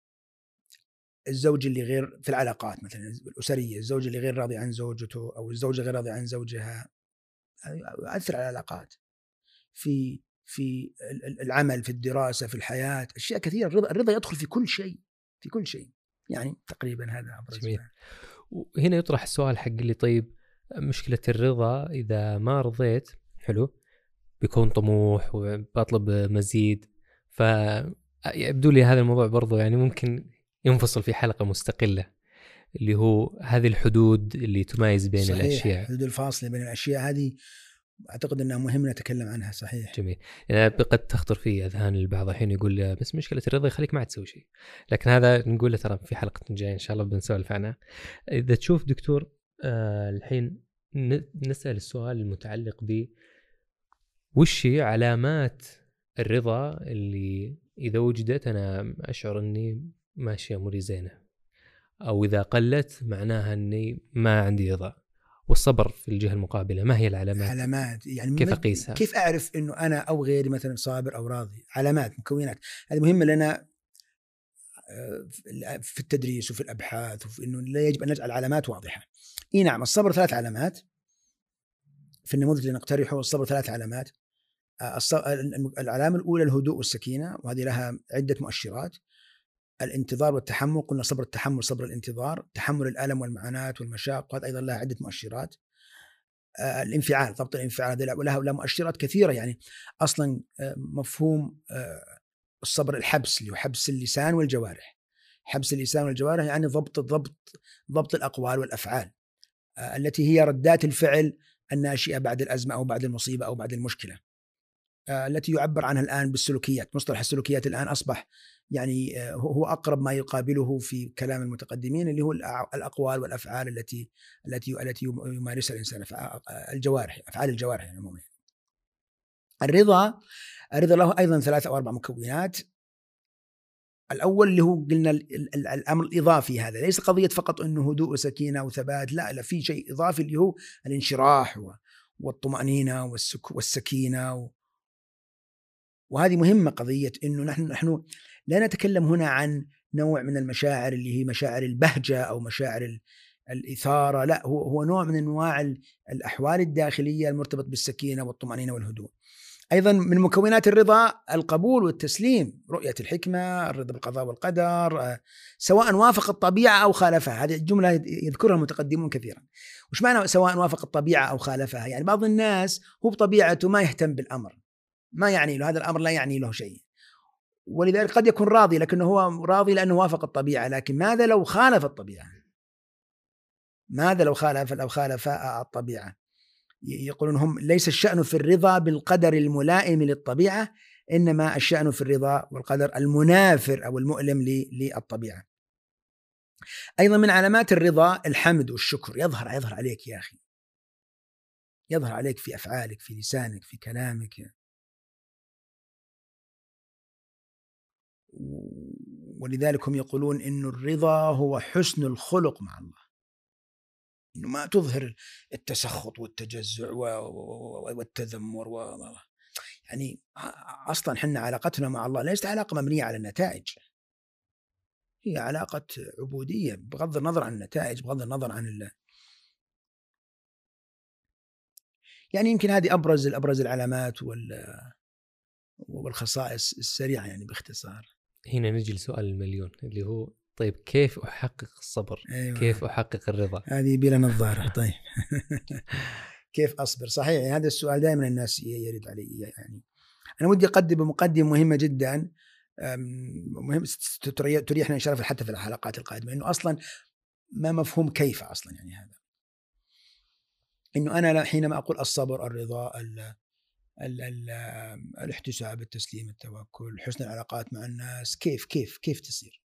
Speaker 2: الزوج اللي غير في العلاقات مثلا الأسرية، الزوج اللي غير راضي عن زوجته أو الزوجة غير راضية عن زوجها، يؤثر على العلاقات في العمل، في الدراسة، في الحياة، أشياء كثيرة. الرضا يدخل في كل شيء يعني تقريبا. هذا أبرز.
Speaker 1: وهنا يطرح السؤال حق اللي طيب مشكلة الرضا إذا ما رضيت حلو بيكون طموح وبطلب مزيد، فيبدو لي هذا الموضوع برضو يعني ممكن ينفصل في حلقة مستقلة، اللي هو هذه الحدود اللي تميز بين
Speaker 2: صحيح.
Speaker 1: الأشياء،
Speaker 2: الحدود الفاصلة بين الأشياء هذه أعتقد أنها مهم نتكلم عنها. صحيح.
Speaker 1: جميل. يعني قد تخطر في أذهان البعض الحين يقول بس مشكلة الرضا يخليك ما تسوي شيء، لكن هذا نقول له ترى في حلقة جاية إن شاء الله بنسولف عنها. إذا تشوف دكتور الحين نسأل السؤال المتعلق ب وش هي علامات الرضا اللي إذا وجدت أنا أشعر أني ماشي أموري زينة، أو إذا قلت معناها أني ما عندي رضا، والصبر في الجهة المقابلة، ما هي العلامات؟
Speaker 2: علامات يعني
Speaker 1: كيف أقيسها؟
Speaker 2: كيف أعرف أنه أنا أو غيري مثلا صابر أو راضي؟ علامات، مكونات، هذه مهمة لنا في التدريس وفي الأبحاث، وفي أنه لا يجب أن نجعل علامات واضحة. إيه نعم، الصبر 3 علامات في النموذج اللي نقترحه. الصبر 3 علامات. العلامة الأولى الهدوء والسكينة، وهذه لها عدة مؤشرات. الانتظار والتحمل، قلنا صبر التحمل صبر الانتظار، تحمل الألم والمعاناة والمشاق، وهذا أيضا لها عدة مؤشرات. الانفعال، ضبط الانفعال، ولها مؤشرات كثيرة. يعني أصلا مفهوم الصبر الحبس، اللي هو حبس اللسان والجوارح. حبس اللسان والجوارح يعني ضبط الأقوال والأفعال التي هي ردات الفعل الناشئة بعد الأزمة أو بعد المصيبة أو بعد المشكلة، التي يعبر عنها الآن بالسلوكيات. مصطلح السلوكيات الآن أصبح يعني هو أقرب ما يقابله في كلام المتقدمين، اللي هو الأقوال والأفعال التي يمارسها الإنسان، الجوارح، أفعال الجوارح يعني عموما. الرضا له أيضا 3 أو 4 مكونات. الأول اللي هو قلنا الأمر الإضافي، هذا ليس قضية فقط أنه هدوء وسكينة وثبات، لا في شيء إضافي اللي هو الانشراح والطمأنينة والسكينة. وهذه مهمة، قضية أنه نحن لا نتكلم هنا عن نوع من المشاعر اللي هي مشاعر البهجة أو مشاعر الإثارة، لا، هو نوع من أنواع الأحوال الداخلية المرتبط بالسكينة والطمأنينة والهدوء. أيضا من مكونات الرضا القبول والتسليم، رؤية الحكمة، الرضا بالقضاء والقدر، سواء وافق الطبيعة أو خالفها. هذه الجملة يذكرها المتقدمون كثيرا. وش معنى سواء وافق الطبيعة أو خالفها؟ يعني بعض الناس هو بطبيعته ما يهتم بالأمر، ما يعني له هذا الأمر، لا يعني له شيء، ولذلك قد يكون راضي، لكنه هو راضي لأنه وافق الطبيعة. لكن ماذا لو خالف الطبيعة؟ ماذا لو خالف الطبيعة؟ يقولون هم ليس الشأن في الرضا بالقدر الملائم للطبيعة، إنما الشأن في الرضا والقدر المنافر أو المؤلم للطبيعة. أيضا من علامات الرضا الحمد والشكر، يظهر عليك يا أخي، يظهر عليك في أفعالك، في لسانك، في كلامك. ولذلك هم يقولون إن الرضا هو حسن الخلق مع الله، إنه ما تظهر التسخط والتجزع والتذمر يعني أصلا حنا علاقتنا مع الله ليست علاقة مبنية على النتائج، هي علاقة عبودية بغض النظر عن النتائج، بغض النظر عن يعني يمكن هذه أبرز العلامات والخصائص السريعة يعني باختصار.
Speaker 1: هنا نجي لسؤال المليون اللي هو طيب كيف أحقق الصبر؟
Speaker 2: أيوة.
Speaker 1: كيف أحقق الرضا؟
Speaker 2: هذه بلا نظارة. طيب كيف أصبر؟ صحيح، يعني هذا السؤال دائما الناس يرد علي. يعني أنا ودي أقدم مقدمة مهمة جدا، مهم تريحنا إن شاء الله حتى في الحلقات القادمة، إنه أصلا ما مفهوم كيف أصلا، يعني هذا إنه أنا حينما أقول الصبر، الرضا، الاحتساب، التسليم، التوكل، حسن العلاقات مع الناس، كيف تصير؟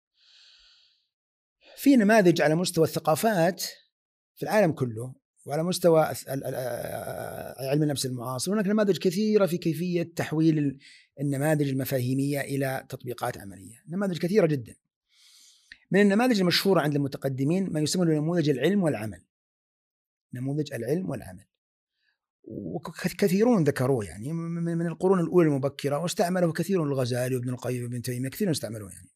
Speaker 2: في نماذج على مستوى الثقافات في العالم كله وعلى مستوى علم النفس المعاصر، هناك نماذج كثيرة في كيفية تحويل النماذج المفاهيمية إلى تطبيقات عملية، نماذج كثيرة جدا. من النماذج المشهورة عند المتقدمين ما يسمى نموذج العلم والعمل، نموذج العلم والعمل، وكثيرون ذكروه يعني من القرون الأولى المبكرة، واستعمله كثير الغزالي وابن القيم وابن تيمية، كثيرون استعملوه. يعني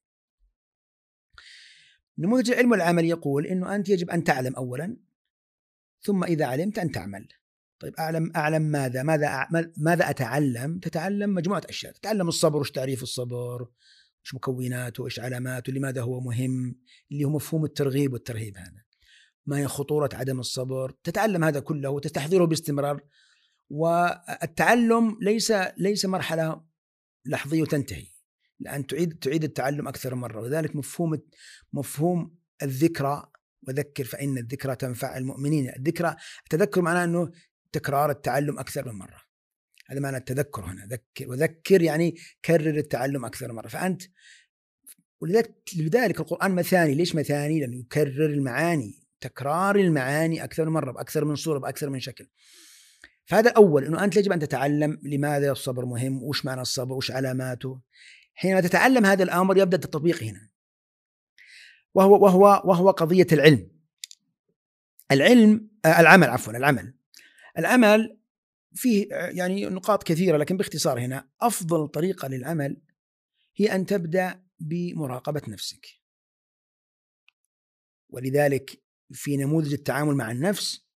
Speaker 2: نموذج العلم والعمل يقول إنه أنت يجب أن تعلم أولا، ثم إذا علمت أن تعمل. طيب أعلم ماذا أتعلم؟ تتعلم مجموعة أشياء، تتعلم الصبر، وش تعريف الصبر، وش مكوناته، وش علاماته، لماذا هو مهم، اللي هو مفهوم الترغيب والترهيب، هذا ما هي خطورة عدم الصبر، تتعلم هذا كله وتستحضره باستمرار. والتعلم ليس مرحلة لحظية وتنتهي، لأن تعيد التعلم أكثر مرة، وذلك مفهوم الذكرى، وذكر فإن الذكرى تنفع المؤمنين. التذكر معناه أنه تكرار التعلم أكثر من مرة، هذا معنى التذكر هنا، وذكر يعني كرر التعلم أكثر من مرة. فأنت ولذلك القرآن مثاني. ليش مثاني؟ لأنه يكرر المعاني، تكرار المعاني أكثر من مرة، بأكثر من صورة، بأكثر من شكل. فهذا أول، أنه أنت يجب أن تتعلم لماذا الصبر مهم، وش معنى الصبر، وش علاماته. حينما تتعلم هذا الأمر يبدأ التطبيق هنا، وهو قضية العلم. العمل فيه يعني نقاط كثيرة، لكن باختصار هنا أفضل طريقة للعمل هي أن تبدأ بمراقبة نفسك. ولذلك في نموذج التعامل مع النفس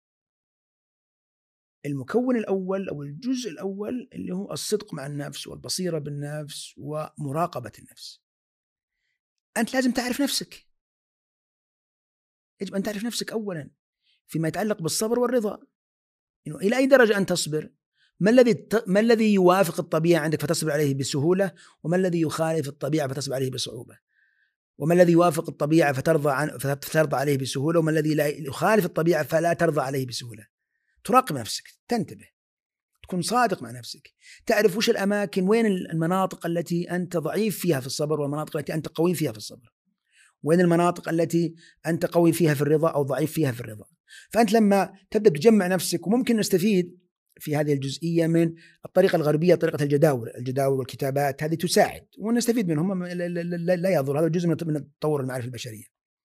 Speaker 2: المكون الأول أو الجزء الأول اللي هو الصدق مع النفس والبصيرة بالنفس ومراقبة النفس. أنت لازم تعرف نفسك، يجب أن تعرف نفسك أولا فيما يتعلق بالصبر والرضا. إنه إلى أي درجة أنت تصبر؟ ما الذي يوافق الطبيعة عندك فتصبر عليه بسهولة، وما الذي يخالف الطبيعة فتصبر عليه بصعوبة؟ وما الذي يوافق الطبيعة فترضى عليه بسهولة، وما الذي لا يخالف الطبيعة فلا ترضى عليه بسهولة؟ تراقب نفسك، تنتبه، تكون صادق مع نفسك، تعرف وش الأماكن، وين المناطق التي أنت ضعيف فيها في الصبر والمناطق التي أنت قوي فيها في الصبر، وين المناطق التي أنت قوي فيها في الرضا أو ضعيف فيها في الرضا. فأنت لما تبدأ تجمع نفسك، وممكن نستفيد في هذه الجزئية من الطريقة الغربية، طريقة الجداول والكتابات، هذه تساعد ونستفيد منهم، لا يضر، هذا جزء من تطور المعرفة البشرية.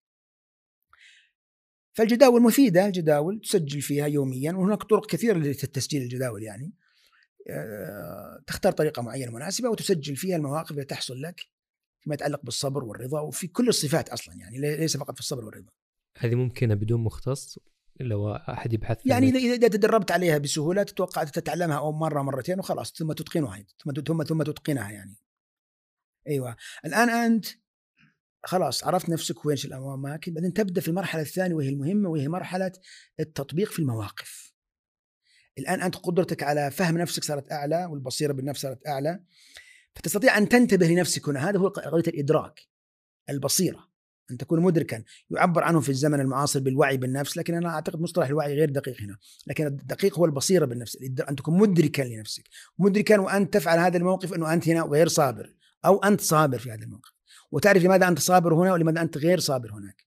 Speaker 2: فالجداول مفيدة، الجداول تسجل فيها يوميا، وهناك طرق كثيرة لتسجيل الجداول، يعني تختار طريقة معينة مناسبة وتسجل فيها المواقف التي تحصل لك فيما يتعلق بالصبر والرضا، وفي كل الصفات أصلا، يعني ليس فقط في الصبر والرضا.
Speaker 1: هذه ممكنة بدون مختص لو أحد يبحث،
Speaker 2: يعني إذا تدربت عليها بسهولة تتوقع تتعلمها أو مرة مرتين وخلاص، ثم تتقنها، ثم تتقنها يعني. أيوة، الآن أنت خلاص عرفت نفسك وين الأماكن، بعدين تبدأ في المرحلة الثانية وهي المهمة، وهي مرحلة التطبيق في المواقف. الآن أنت قدرتك على فهم نفسك صارت أعلى، والبصيرة بالنفس صارت أعلى، فتستطيع أن تنتبه لنفسك هنا. هذا هو قضية الإدراك، البصيرة، أن تكون مدركا. يعبر عنه في الزمن المعاصر بالوعي بالنفس، لكن أنا أعتقد مصطلح الوعي غير دقيق هنا، لكن الدقيق هو البصيرة بالنفس، أن تكون مدركا لنفسك، مدركا وأن تفعل هذا الموقف أنه أنت هنا غير صابر، أو أنت صابر في هذا الموقف، وتعرف لماذا أنت صابر هنا ولماذا أنت غير صابر هناك.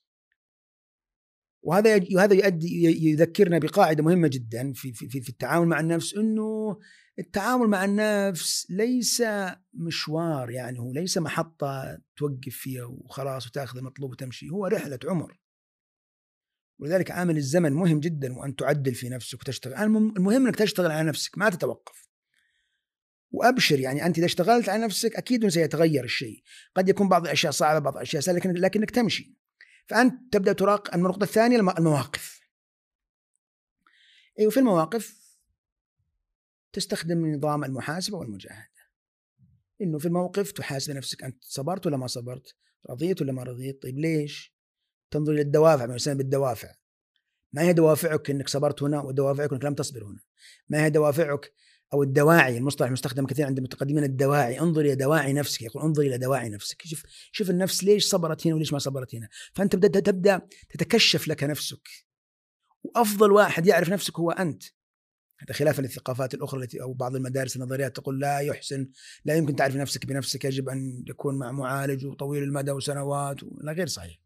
Speaker 2: وهذا يذكرنا بقاعدة مهمة جدا في التعامل مع النفس، أنه التعامل مع النفس ليس مشوار، يعني هو ليس محطة توقف فيها وخلاص وتأخذ المطلوب وتمشي، هو رحلة عمر. ولذلك عامل الزمن مهم جدا، وأن تعدل في نفسك وتشتغل. المهم أنك تشتغل على نفسك، ما تتوقف. وأبشر، يعني أنت إذا اشتغلت على نفسك أكيد سيتغير الشيء. قد يكون بعض الأشياء صعبة، بعض الأشياء سهلة، لكنك تمشي. فأنت تبدأ تراقب. النقطة الثانية المواقف. أيوة، في المواقف تستخدم نظام المحاسبة والمجاهدة. إنه في الموقف تحاسب نفسك، أنت صبرت ولا ما صبرت، رضيت ولا ما رضيت. طيب ليش؟ تنظر إلى الدوافع، ما يسمى بالدوافع. ما هي دوافعك إنك صبرت هنا، ودوافعك إنك لم تصبر هنا؟ ما هي دوافعك أو الدواعي؟ المصطلح المستخدم كثير عند المتقدمين الدواعي. انظر إلى دواعي نفسك، يقول انظر إلى دواعي نفسك. شوف النفس ليش صبرت هنا وليش ما صبرت هنا. فأنت تبدأ تتكشف لك نفسك، وأفضل واحد يعرف نفسك هو أنت. هذا خلافا للثقافات الأخرى أو بعض المدارس النظريات تقول لا يمكن تعرف نفسك بنفسك، يجب أن يكون مع معالج وطويل المدى وسنوات. لا، غير صحيح.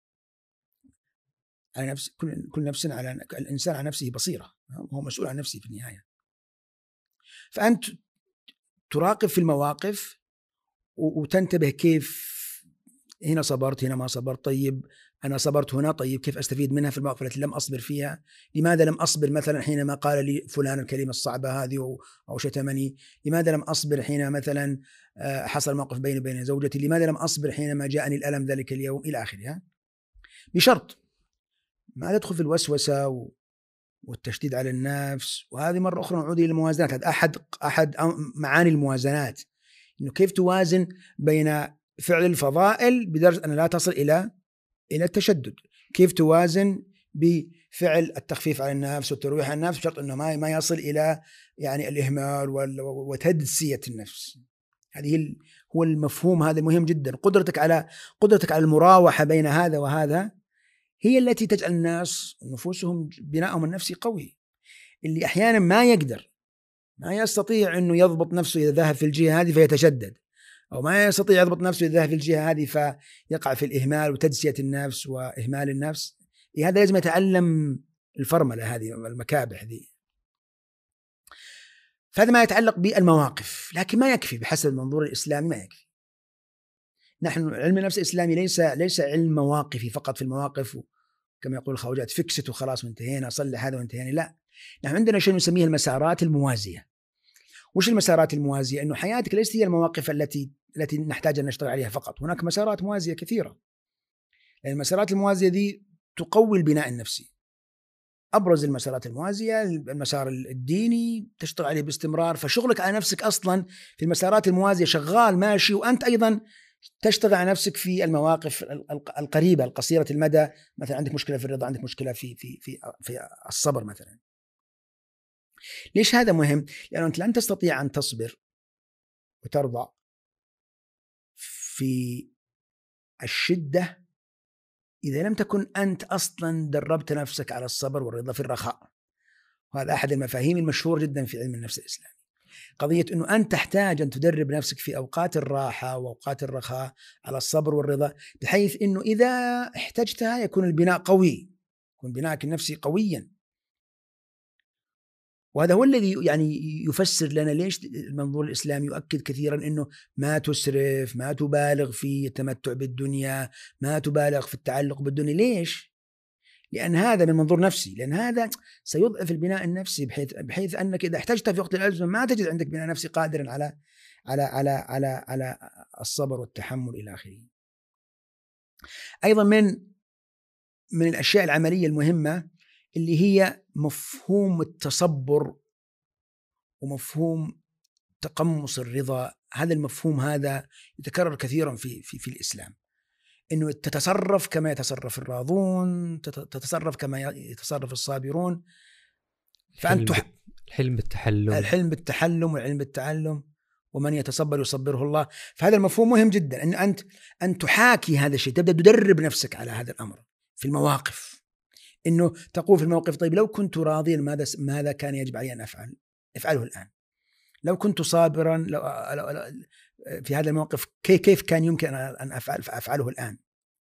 Speaker 2: على نفس كل نفس على الإنسان على نفسه بصيرة، هو مسؤول عن نفسه في النهاية. فأنت تراقب في المواقف وتنتبه كيف هنا صبرت، هنا ما صبرت. طيب أنا صبرت هنا، طيب كيف أستفيد منها في المواقف التي لم أصبر فيها؟ لماذا لم أصبر مثلا حينما قال لي فلان الكلمة الصعبة هذه أو شتمني؟ لماذا لم أصبر حين مثلا حصل موقف بيني وبين زوجتي؟ لماذا لم أصبر حينما جاءني الألم ذلك اليوم؟ إلى آخره. بشرط ما تدخل في الوسوسة والتشديد على النفس. وهذه مرة أخرى نعود إلى الموازنات. هذا أحد معاني الموازنات، إنه كيف توازن بين فعل الفضائل بدرجة أن لا تصل إلى التشدد، كيف توازن بفعل التخفيف على النفس والترويح على النفس بشرط أنه ما يصل إلى يعني الإهمال وتدسية النفس. هذه هو المفهوم هذا مهم جدا. قدرتك على المراوحة بين هذا وهذا هي التي تجعل الناس نفوسهم بناءهم النفسي قوي. اللي أحيانا ما يستطيع أنه يضبط نفسه إذا ذهب في الجهة هذه فيتشدد، أو ما يستطيع يضبط نفسه إذا ذهب في الجهة هذه فيقع في الإهمال وتدسية النفس وإهمال النفس. هذا لازم يتعلم الفرملة هذه، المكابح ذي. فهذا ما يتعلق بالمواقف، لكن ما يكفي بحسب المنظور الإسلامي، ما يكفي. نحن علم النفس الإسلامي ليس علم مواقفي فقط في المواقف كما يقول الخواجات فكست وخلاص وانتهينا، صلح هذا وانتهينا. لا، نحن عندنا شيء نسميه المسارات الموازية. وش المسارات الموازية؟ أنه حياتك ليست هي المواقف التي نحتاج أن نشتغل عليها فقط، هناك مسارات موازية كثيرة. يعني المسارات الموازية دي تقوي البناء النفسي. أبرز المسارات الموازية المسار الديني، تشتغل عليه باستمرار، فشغلك على نفسك أصلا في المسارات الموازية شغال ماشي، وأنت أيضا تشتغل على نفسك في المواقف القريبة القصيرة المدى. مثلا عندك مشكلة في الرضا، عندك مشكلة في الصبر مثلا. ليش هذا مهم؟ لأنه أنت لن تستطيع أن تصبر وترضى في الشدة إذا لم تكن أنت أصلا دربت نفسك على الصبر والرضا في الرخاء. وهذا أحد المفاهيم المشهور جدا في علم النفس الإسلامي، قضية أنه أنت تحتاج أن تدرب نفسك في أوقات الراحة وأوقات الرخاء على الصبر والرضا، بحيث أنه إذا احتجتها يكون البناء قوي، يكون بناءك النفسي قويا. وهذا هو الذي يعني يفسر لنا ليش المنظور الإسلامي يؤكد كثيرا أنه ما تسرف، ما تبالغ في التمتع بالدنيا، ما تبالغ في التعلق بالدنيا. ليش؟ لأن هذا من منظور نفسي، لأن هذا سيضعف البناء النفسي، بحيث أنك إذا احتجت في وقت الأزمة ما تجد عندك بناء نفسي قادرا على الصبر والتحمل إلى آخره. أيضا من الأشياء العملية المهمة اللي هي مفهوم التصبر ومفهوم تقمص الرضا. هذا المفهوم هذا يتكرر كثيرا في الإسلام، إنه تتصرف كما يتصرف الراضون، تتصرف كما يتصرف الصابرون.
Speaker 1: فأنت الحلم
Speaker 2: بالتحلم والعلم بالتعلم، ومن يتصبر يصبره الله. فهذا المفهوم مهم جدا، أن أن تحاكي هذا الشيء، تبدأ تدرب نفسك على هذا الأمر في المواقف، إنه تقول في الموقف طيب لو كنت راضيا ماذا كان يجب علي أن أفعله الآن؟ لو كنت صابرا لو في هذا الموقف كيف كان يمكن أن أفعله الآن؟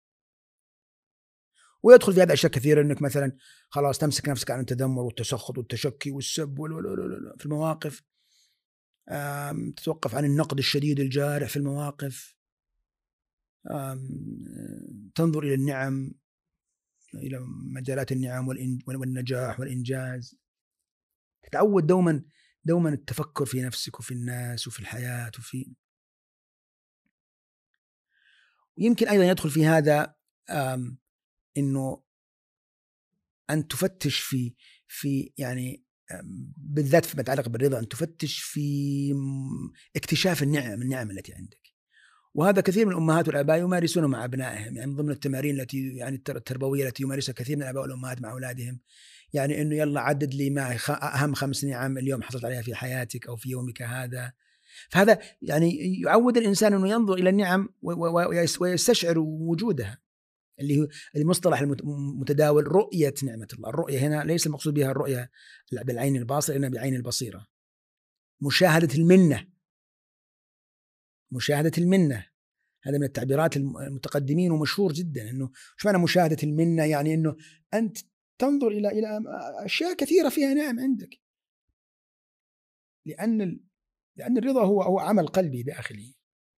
Speaker 2: ويدخل في هذا أشياء كثيرة، إنك مثلا خلاص تمسك نفسك عن التذمر والتسخط والتشكي والسب في المواقف، تتوقف عن النقد الشديد الجارح في المواقف، تنظر إلى النعم، إلى مجالات النعم والنجاح والإنجاز، تتعود دوما التفكر في نفسك وفي الناس وفي الحياة يمكن أيضا يدخل في هذا إنه أن تفتش في يعني بالذات فيما يتعلق بالرضا، أن تفتش في اكتشاف النعم التي عندك. وهذا كثير من الأمهات والآباء يمارسونه مع أبنائهم، يعني من ضمن التمارين التي يعني التربوية التي يمارسها كثير من الآباء والأمهات مع أولادهم، يعني إنه يلا عدد لي معي أهم 5 نعم اليوم حصلت عليها في حياتك أو في يومك هذا. فهذا يعني يعود الإنسان أنه ينظر إلى النعم ويستشعر وجودها، اللي هو المصطلح المتداول رؤية نعمة الله. الرؤية هنا ليس المقصود بها الرؤية بالعين الباصرة، إنما بعين البصيرة، مشاهدة المنة. هذا من التعبيرات المتقدمين ومشهور جدا. إنه شو معنى مشاهدة المنة؟ يعني إنه أنت تنظر إلى أشياء كثيرة فيها نعم عندك، لأن الرضا هو عمل قلبي داخلي،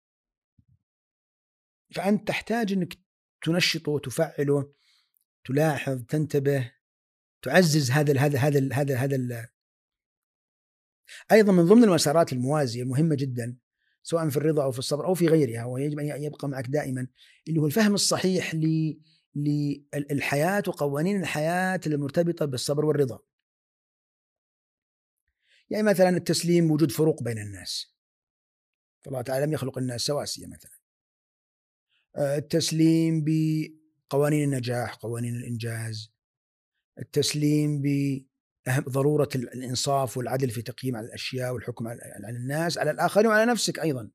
Speaker 2: فأنت تحتاج أنك تنشطه، تفعله، تلاحظ، تنتبه، تعزز هذا. أيضا من ضمن المسارات الموازية المهمة جدا سواء في الرضا أو في الصبر أو في غيرها، ويجب أن يبقى معك دائما، اللي هو الفهم الصحيح للحياة وقوانين الحياة المرتبطة بالصبر والرضا. يعني مثلا التسليم، وجود فروق بين الناس، فالله تعالى لم يخلق الناس سواسية مثلا. التسليم بقوانين النجاح، قوانين الإنجاز، التسليم بضرورة الإنصاف والعدل في تقييم على الأشياء والحكم على الناس، على الآخرين وعلى نفسك أيضا.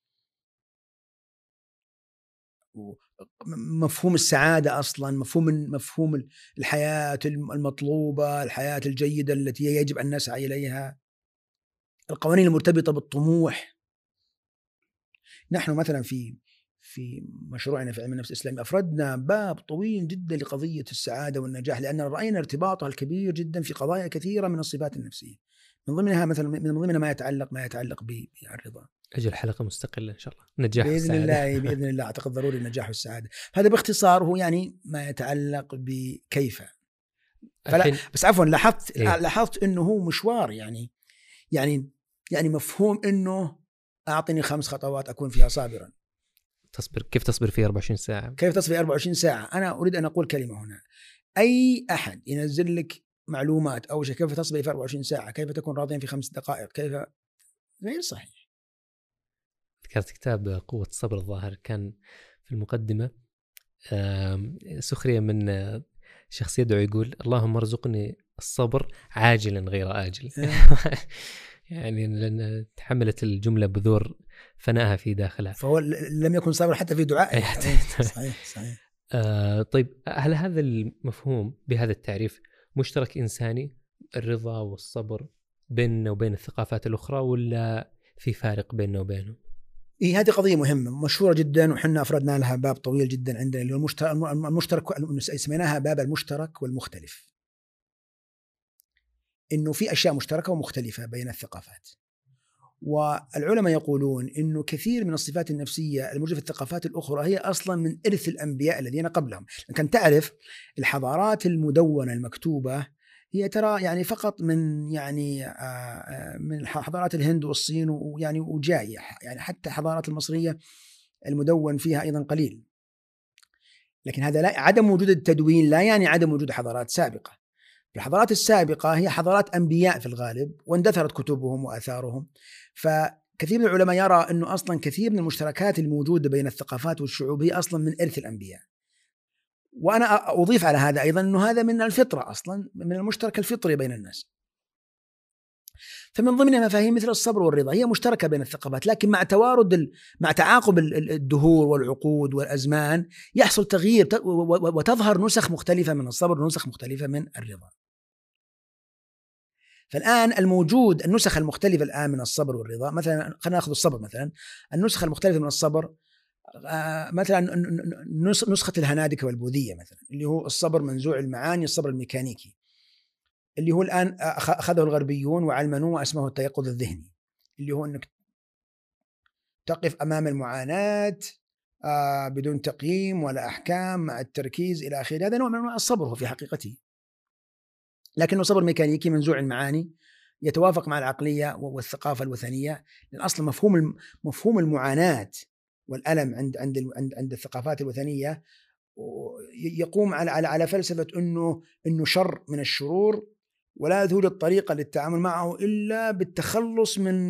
Speaker 2: مفهوم السعادة أصلا، مفهوم الحياة المطلوبة، الحياة الجيدة التي يجب أن نسعى إليها، القوانين المرتبطة بالطموح. نحن مثلا في مشروعنا في علم النفس الإسلامي أفردنا باب طويل جدا لقضية السعادة والنجاح، لأننا رأينا ارتباطها الكبير جدا في قضايا كثيرة من الصفات النفسية، من ضمنها ما يتعلق بالرضا.
Speaker 1: أجل حلقة مستقلة إن شاء الله. نجاح
Speaker 2: بإذن الله بإذن الله أعتقد ضروري النجاح والسعادة. هذا باختصار هو يعني ما يتعلق بكيف. بس عفوا لاحظت إنه هو مشوار يعني مفهوم إنه أعطني 5 خطوات أكون فيها صابرا.
Speaker 1: كيف تصبر في 24 ساعة؟
Speaker 2: كيف تصبر في 24 ساعة؟ أنا أريد أن أقول كلمة هنا. أي أحد ينزل لك معلومات أو شيء كيف تصبر في 24 ساعة، كيف تكون راضيا في 5 دقائق، كيف، غير صحيح.
Speaker 1: ذكرت كتاب قوة الصبر الظاهر كان في المقدمة سخرية من شخص يدعو يقول اللهم ارزقني الصبر عاجلا غير آجل. يعني لأن تحملت الجملة بذور فناها في داخلها،
Speaker 2: فهو لم يكن صابر حتى في دعائه. صحيح.
Speaker 1: طيب هل هذا المفهوم بهذا التعريف مشترك إنساني، الرضا والصبر، بيننا وبين الثقافات الأخرى، ولا في فارق بيننا وبينهم؟
Speaker 2: هذه قضية مهمة مشهورة جدا، وحنا أفردنا لها باب طويل جدا عندنا، اللي هو المشترك سميناها باب المشترك والمختلف. إنه في أشياء مشتركة ومختلفة بين الثقافات، والعلماء يقولون إنه كثير من الصفات النفسية الموجودة في الثقافات الأخرى هي أصلا من إرث الأنبياء الذين قبلهم. كان تعرف الحضارات المدونة المكتوبة هي ترى يعني فقط من من حضارات الهند والصين ويعني وجاية، يعني حتى حضارات المصرية المدون فيها أيضا قليل. لكن هذا لا، عدم وجود التدوين لا يعني عدم وجود حضارات سابقة. الحضارات السابقة هي حضارات أنبياء في الغالب، واندثرت كتبهم وآثارهم. فكثير من العلماء يرى أنه أصلا كثير من المشتركات الموجودة بين الثقافات والشعوب هي أصلا من إرث الأنبياء. وأنا أضيف على هذا أيضا أنه هذا من الفطرة، أصلا من المشترك الفطري بين الناس. فمن ضمن مفاهيم مثل الصبر والرضا هي مشتركة بين الثقافات، لكن مع تعاقب الدهور والعقود والأزمان يحصل تغيير وتظهر نسخ مختلفة من الصبر ونسخ مختلفة من الرضا. فالآن الموجود النسخ المختلفة الآن من الصبر والرضا، مثلا خلينا نأخذ الصبر مثلا، النسخة المختلفة من الصبر مثلا نسخة الهنادكة والبوذية مثلا، اللي هو الصبر منزوع المعاني، الصبر الميكانيكي، اللي هو الآن أخذه الغربيون وعلمنوه واسمه التيقظ الذهني، اللي هو أنك تقف أمام المعاناة بدون تقييم ولا أحكام مع التركيز إلى آخره. هذا نوع من أنواع الصبر هو في حقيقته، لكنه صبر ميكانيكي منزوع المعاني، يتوافق مع العقلية والثقافة الوثنية. لأن أصلا مفهوم المعاناة والألم عند الثقافات الوثنية يقوم على فلسفة إنه شر من الشرور، ولا توجد طريقة للتعامل معه إلا بالتخلص من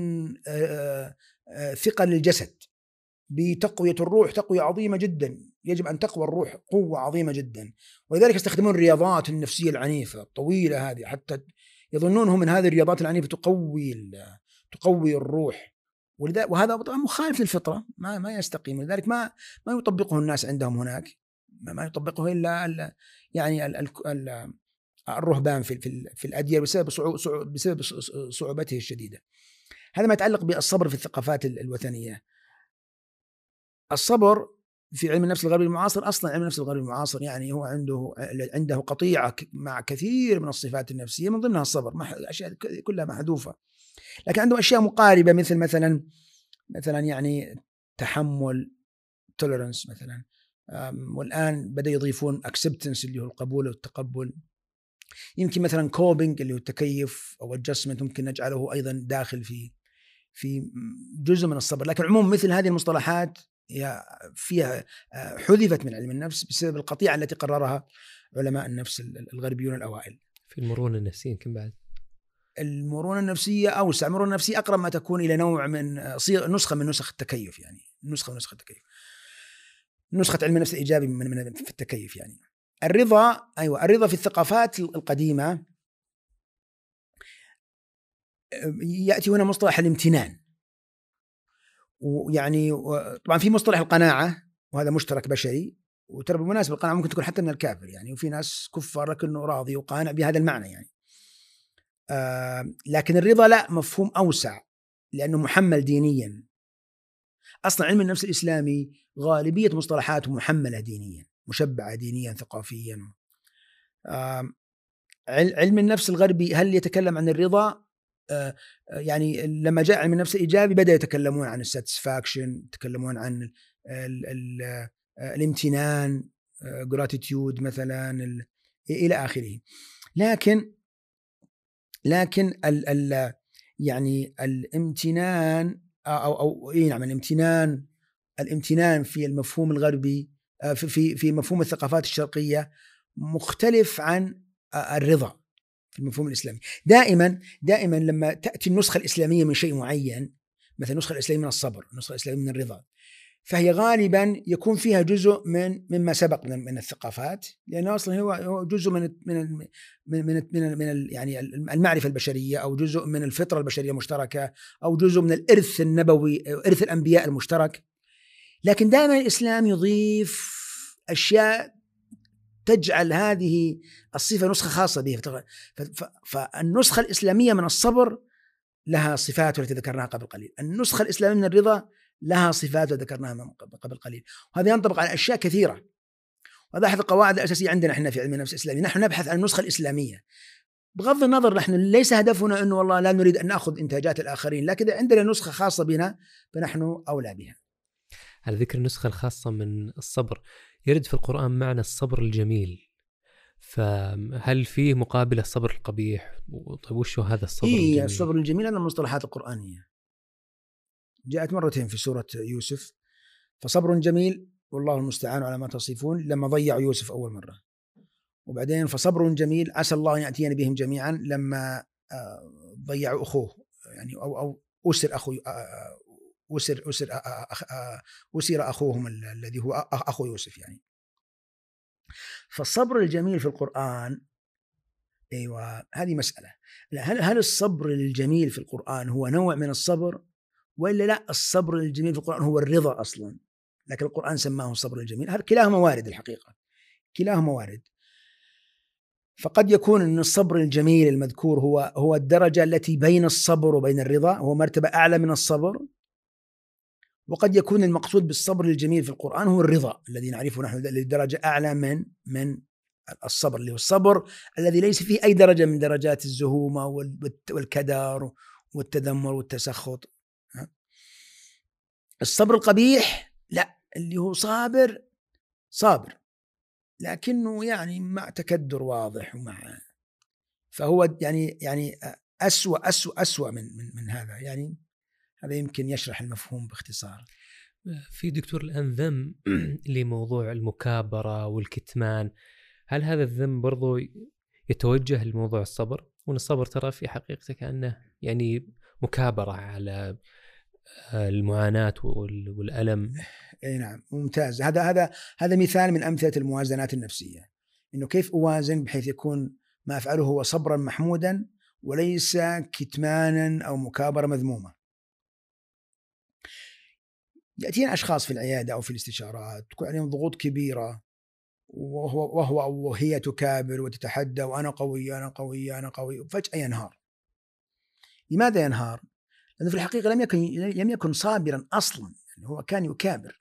Speaker 2: ثقل الجسد، بتقوية الروح، تقوية عظيمة جدا. يجب أن تقوى الروح قوة عظيمة جدا، ولذلك يستخدمون الرياضات النفسية العنيفة الطويلة هذه، حتى يظنونهم من هذه الرياضات العنيفة تقوي الروح. وهذا طبعا مخالف للفطرة، ما يستقيم. لذلك ما يطبقه الناس عندهم هناك، ما يطبقه إلا يعني الرهبان في الأديرة بسبب صعوبته الشديدة. هذا ما يتعلق بالصبر في الثقافات الوثنية. الصبر في علم النفس الغربي المعاصر، أصلا علم النفس الغربي المعاصر يعني هو عنده قطيعة مع كثير من الصفات النفسية، من ضمنها الصبر، أشياء كلها محذوفة، لكن عنده أشياء مقاربة مثلا يعني تحمل، tolerance مثلا، والآن بدأ يضيفون acceptance اللي هو القبول والتقبل. يمكن مثلا coping اللي هو التكيف أو adjustment ممكن نجعله أيضا داخل في جزء من الصبر. لكن عموما مثل هذه المصطلحات فيها حذفت من علم النفس بسبب القطيعة التي قررها علماء النفس الغربيون الأوائل.
Speaker 1: في المرونة النفسية يمكن بعد
Speaker 2: المرونة النفسية أوسع. المرونة النفسية أقرب ما تكون إلى نوع من نسخة من نسخ التكيف، يعني نسخة التكيف، نسخة علم النفس الإيجابي في التكيف يعني. الرضا في الثقافات القديمة يأتي هنا مصطلح الامتنان، ويعني طبعا في مصطلح القناعة، وهذا مشترك بشري. وترى بالمناسبة القناعة ممكن تكون حتى من الكافر يعني، وفي ناس كفار لكنه راضي وقانع بهذا المعنى يعني. لكن الرضا لا، مفهوم أوسع لأنه محمل دينيا. أصلا علم النفس الإسلامي غالبية مصطلحاته محملة دينيا، مشبعة دينيا ثقافيا. علم النفس الغربي هل يتكلم عن الرضا؟ يعني لما جاء علم النفس الإيجابي بدأ يتكلمون عن الساتسفاكشن، يتكلمون عن الامتنان، gratitude مثلا، إلى آخره. لكن يعني الامتنان أو نعم، الامتنان في المفهوم الغربي، في مفهوم الثقافات الشرقية مختلف عن الرضا في المفهوم الإسلامي. دائما لما تأتي النسخة الإسلامية من شيء معين، مثل النسخة الإسلامية من الصبر، النسخة الإسلامية من الرضا، فهي غالبا يكون فيها جزء مما سبق من الثقافات، لأنه أصلا هو جزء من يعني المعرفة البشرية، أو جزء من الفطرة البشرية المشتركة، أو جزء من الإرث النبوي، إرث الأنبياء المشترك. لكن دائما الإسلام يضيف أشياء تجعل هذه الصفة نسخة خاصة به. فالنسخة الإسلامية من الصبر لها صفات التي ذكرناها قبل قليل، النسخة الإسلامية من الرضا لها صفات ذكرناها قبل قليل، وهذا ينطبق على أشياء كثيرة. وهذا أحد القواعد الأساسية عندنا احنا في علم النفس الإسلامي، نحن نبحث عن النسخة الإسلامية بغض النظر، نحن ليس هدفنا أنه والله لا نريد أن نأخذ إنتاجات الآخرين، لكن عندنا نسخة خاصة بنا فنحن أولى بها.
Speaker 1: على ذكر النسخة الخاصة من الصبر، يرد في القرآن معنى الصبر الجميل، فهل فيه مقابل الصبر القبيح؟ طيب وش هو هذا الصبر الجميل؟
Speaker 2: الصبر الجميل من المصطلحات القرآنية، جاءت مرتين في سورة يوسف، فصبر جميل والله المستعان على ما تصفون لما ضيعوا يوسف أول مرة، وبعدين فصبر جميل عسى الله أن يأتينا بهم جميعا لما ضيعوا أخوه، يعني أو أسر أخو أسر أخوهم الذي هو أخو يوسف يعني. فالصبر الجميل في القرآن، أيوة هذه مسألة، هل الصبر الجميل في القرآن هو نوع من الصبر وإلا لا؟ الصبر الجميل في القرآن هو الرضا أصلا، لكن القرآن سماه الصبر الجميل. هذا كلاهما وارد، الحقيقة كلاهما وارد. فقد يكون أن الصبر الجميل المذكور هو الدرجة التي بين الصبر وبين الرضا، هو مرتبة أعلى من الصبر، وقد يكون المقصود بالصبر الجميل في القرآن هو الرضا الذي نعرفه نحن لدرجة أعلى من الصبر، اللي هو الصبر الذي ليس فيه أي درجة من درجات الزهومة والكدر والتذمر والتسخط. الصبر القبيح لا، اللي هو صابر لكنه يعني مع تكدر واضح، فهو يعني أسوأ من هذا. يعني هذا يمكن يشرح المفهوم باختصار.
Speaker 1: في دكتور الآن ذم لموضوع المكابرة والكتمان، هل هذا الذم برضو يتوجه لموضوع الصبر؟ وأن الصبر ترى في حقيقته كأنه يعني مكابرة على المعاناة والألم.
Speaker 2: اي نعم، ممتاز. هذا مثال من أمثلة الموازنات النفسية، إنه كيف أوازن بحيث يكون ما أفعله هو صبرا محمودا وليس كتمانا أو مكابرة مذمومة. يأتينا أشخاص في العيادة أو في الاستشارات تكون عليهم ضغوط كبيرة، وهو أو وهي تكابر وتتحدى وأنا قوي أنا قوي أنا قوي، وفجأة ينهار. لماذا ينهار؟ لأنه في الحقيقة لم يكن صابرا أصلا، يعني هو كان يكابر،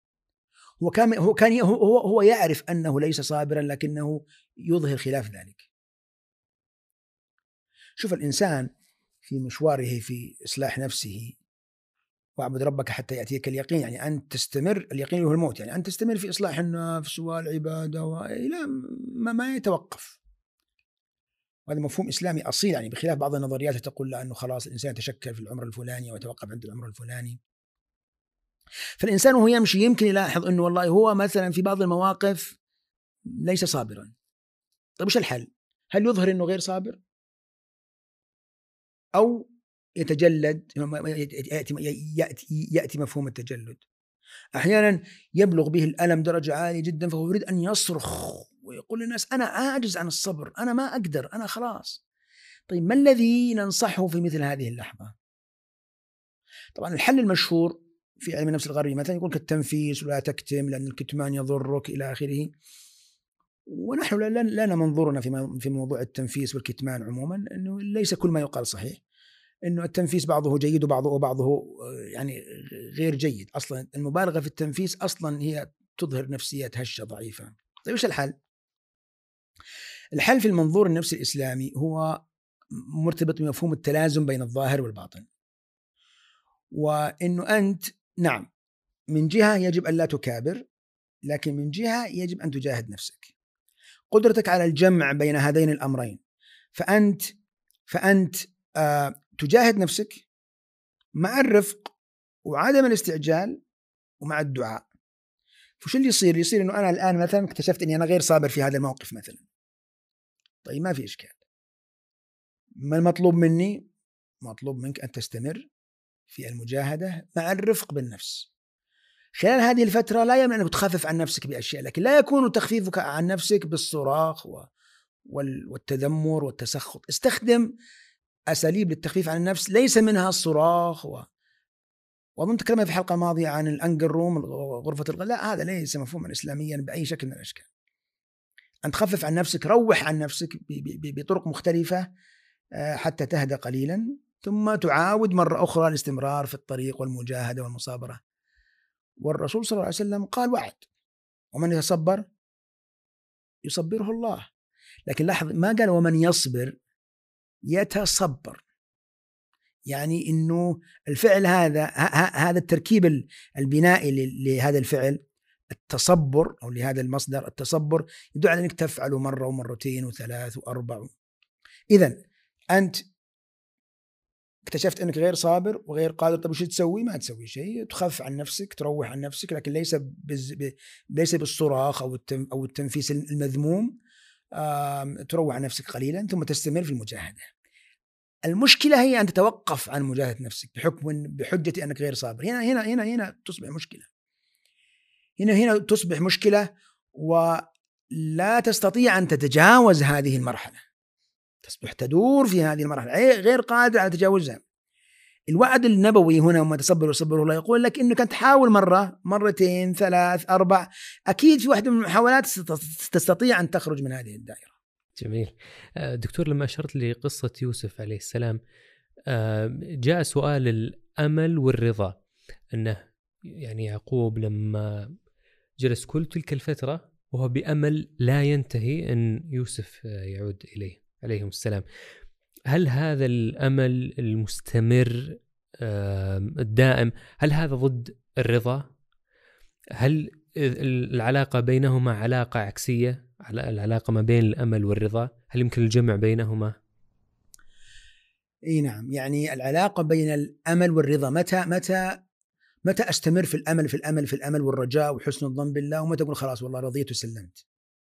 Speaker 2: هو يعرف أنه ليس صابرا لكنه يظهر خلاف ذلك. شوف الإنسان في مشواره في إصلاح نفسه، واعبد ربك حتى يأتيك اليقين، يعني أن تستمر، اليقين هو الموت، يعني أن تستمر في إصلاح النفس والعبادة وإلى ما يتوقف. هذا مفهوم إسلامي أصيل، يعني بخلاف بعض النظريات تقول لا أنه خلاص الإنسان يتشكل في العمر الفلاني ويتوقف عند العمر الفلاني. فالإنسان وهو يمشي يمكن يلاحظ أنه والله هو مثلا في بعض المواقف ليس صابرا. طيب وش الحل؟ هل يظهر أنه غير صابر أو يتجلد؟ يأتي مفهوم التجلد. أحيانا يبلغ به الألم درجة عالية جدا فهو يريد أن يصرخ ويقول للناس أنا عاجز عن الصبر، أنا ما أقدر، أنا خلاص. طيب ما الذي ننصحه في مثل هذه اللحظة؟ طبعا الحل المشهور في علم النفس الغربي مثلا يقول التنفيس ولا تكتم لأن الكتمان يضرك إلى آخره. ونحن لنا منظورنا في موضوع التنفيس والكتمان عموما، أنه ليس كل ما يقال صحيح، أنه التنفيس بعضه جيد وبعضه يعني غير جيد. أصلا المبالغة في التنفيس أصلا هي تظهر نفسيات هشة ضعيفة. طيب وش الحل؟ الحل في المنظور النفسي الإسلامي هو مرتبط بمفهوم التلازم بين الظاهر والباطن، وإنه أنت نعم من جهة يجب أن لا تكابر، لكن من جهة يجب أن تجاهد نفسك. قدرتك على الجمع بين هذين الأمرين، فأنت تجاهد نفسك مع الرفق وعدم الاستعجال ومع الدعاء. فشو اللي يصير إنه أنا الآن مثلا اكتشفت إني أنا غير صابر في هذا الموقف مثلا. طيب ما في إشكال، ما المطلوب مني؟ مطلوب منك أن تستمر في المجاهدة مع الرفق بالنفس. خلال هذه الفترة لا يمنع أنك تخفف عن نفسك بأشياء، لكن لا يكون تخفيفك عن نفسك بالصراخ والتذمر والتسخط. استخدم أساليب للتخفيف عن النفس ليس منها الصراخ وأظن تكلمنا في الحلقة الماضية عن الأنجر روم، غرفة الغلاء. لا، هذا ليس مفهوما إسلاميا بأي شكل من الأشكال. أن تخفف عن نفسك، روح عن نفسك بطرق مختلفة حتى تهدى قليلا، ثم تعاود مرة أخرى الاستمرار في الطريق والمجاهدة والمصابرة. والرسول صلى الله عليه وسلم قال وعد: ومن يتصبر يصبره الله. لكن لاحظ ما قال ومن يصبر يتصبر، يعني إنه الفعل هذا التركيب البنائي لهذا الفعل التصبر، أو لهذا المصدر التصبر، يدل على أنك تفعله مرة ومرتين وثلاث وأربع. إذن أنت اكتشفت أنك غير صابر وغير قادر. طيب وش تسوي؟ ما تسوي شيء، تخف عن نفسك، تروح عن نفسك، لكن ليس بالصراخ أو التنفيس المذموم. تروح عن نفسك قليلا ثم تستمر في المجاهدة. المشكلة هي أن تتوقف عن مجاهدة نفسك بحجة أنك غير صابر. هنا تصبح مشكلة. هنا تصبح مشكلة، ولا تستطيع أن تتجاوز هذه المرحلة، تصبح تدور في هذه المرحلة غير قادر على تجاوزها. الوعد النبوي هنا وما تصبر وصبر الله يقول لك إنك أنت تحاول مرة مرتين ثلاث أربع، أكيد في واحدة من المحاولات تستطيع أن تخرج من هذه الدائرة.
Speaker 1: جميل. دكتور، لما أشرت لقصة يوسف عليه السلام، جاء سؤال الأمل والرضا، أنه يعني يعقوب لما جلس كل تلك الفترة وهو بأمل لا ينتهي أن يوسف يعود إليه عليهم السلام، هل هذا الأمل المستمر الدائم هل هذا ضد الرضا؟ هل العلاقة بينهما علاقة عكسية، العلاقة ما بين الأمل والرضا؟ هل يمكن الجمع بينهما؟
Speaker 2: اي نعم، يعني العلاقة بين الأمل والرضا. متى أستمر في الأمل والرجاء وحسن الظن بالله، ومتى أقول خلاص والله رضيت وسلمت؟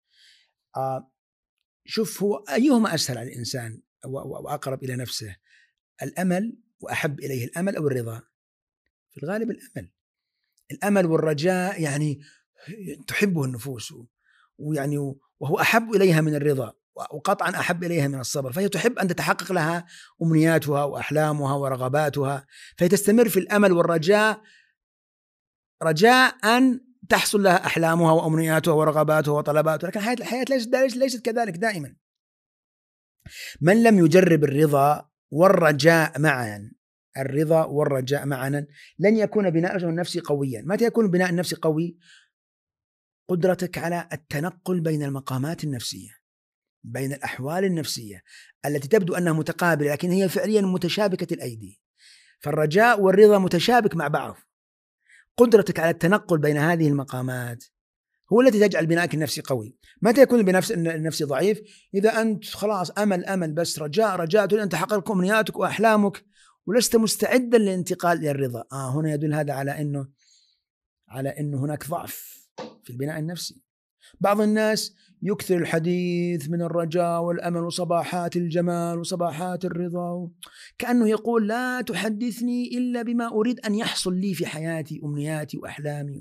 Speaker 2: شوف، هو أيهما أسهل على الإنسان وأقرب إلى نفسه، الأمل وأحب إليه الأمل أو الرضا؟ في الغالب الأمل والرجاء يعني تحبه النفوس، ويعني وهو أحب إليها من الرضا، وقطعا أحب إليها من الصبر. فهي تحب أن تتحقق لها أمنياتها وأحلامها ورغباتها، فهي تستمر في الأمل والرجاء رجاء أن تحصل لها أحلامها وأمنياتها ورغباتها وطلباتها. لكن الحياة ليست كذلك دائما. من لم يجرب الرضا والرجاء معا، الرضا والرجاء معا، لن يكون بناء النفسي قويا. متى يكون البناء النفسي قوي؟ قدرتك على التنقل بين المقامات النفسية، بين الأحوال النفسية التي تبدو أنها متقابلة لكن هي فعليا متشابكة الأيدي. فالرجاء والرضا متشابك مع بعض. قدرتك على التنقل بين هذه المقامات هو التي تجعل بناءك النفسي قوي. متى يكون البناء النفسي ضعيف؟ إذا أنت خلاص أمل بس، رجاء تريد أن تحقق أمنياتك وأحلامك ولست مستعدا للانتقال إلى الرضا. هنا يدل هذا على أنه هناك ضعف في البناء النفسي. بعض الناس يكثر الحديث من الرجاء والأمل وصباحات الجمال وصباحات الرضا، كأنه يقول لا تحدثني إلا بما أريد أن يحصل لي في حياتي، أمنياتي وأحلامي.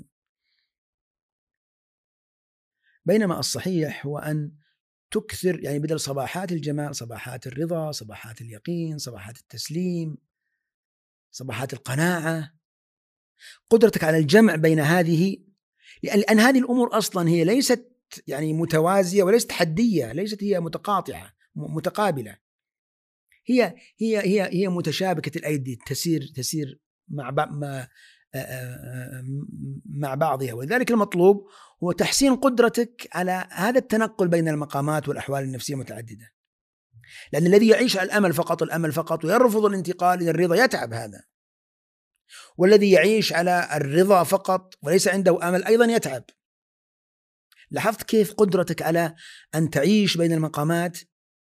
Speaker 2: بينما الصحيح هو أن تكثر، يعني بدل صباحات الجمال، صباحات الرضا، صباحات اليقين، صباحات التسليم، صباحات القناعة. قدرتك على الجمع بين هذه، لأن هذه الأمور أصلا هي ليست يعني متوازية وليست حدية، ليست هي متقاطعة متقابلة، هي متشابكة الأيدي، تسير مع بعضها. ولذلك المطلوب هو تحسين قدرتك على هذا التنقل بين المقامات والأحوال النفسية المتعددة. لأن الذي يعيش على الأمل فقط ويرفض الانتقال إلى الرضا يتعب هذا، والذي يعيش على الرضا فقط وليس عنده أمل أيضا يتعب. لاحظت كيف قدرتك على أن تعيش بين المقامات؟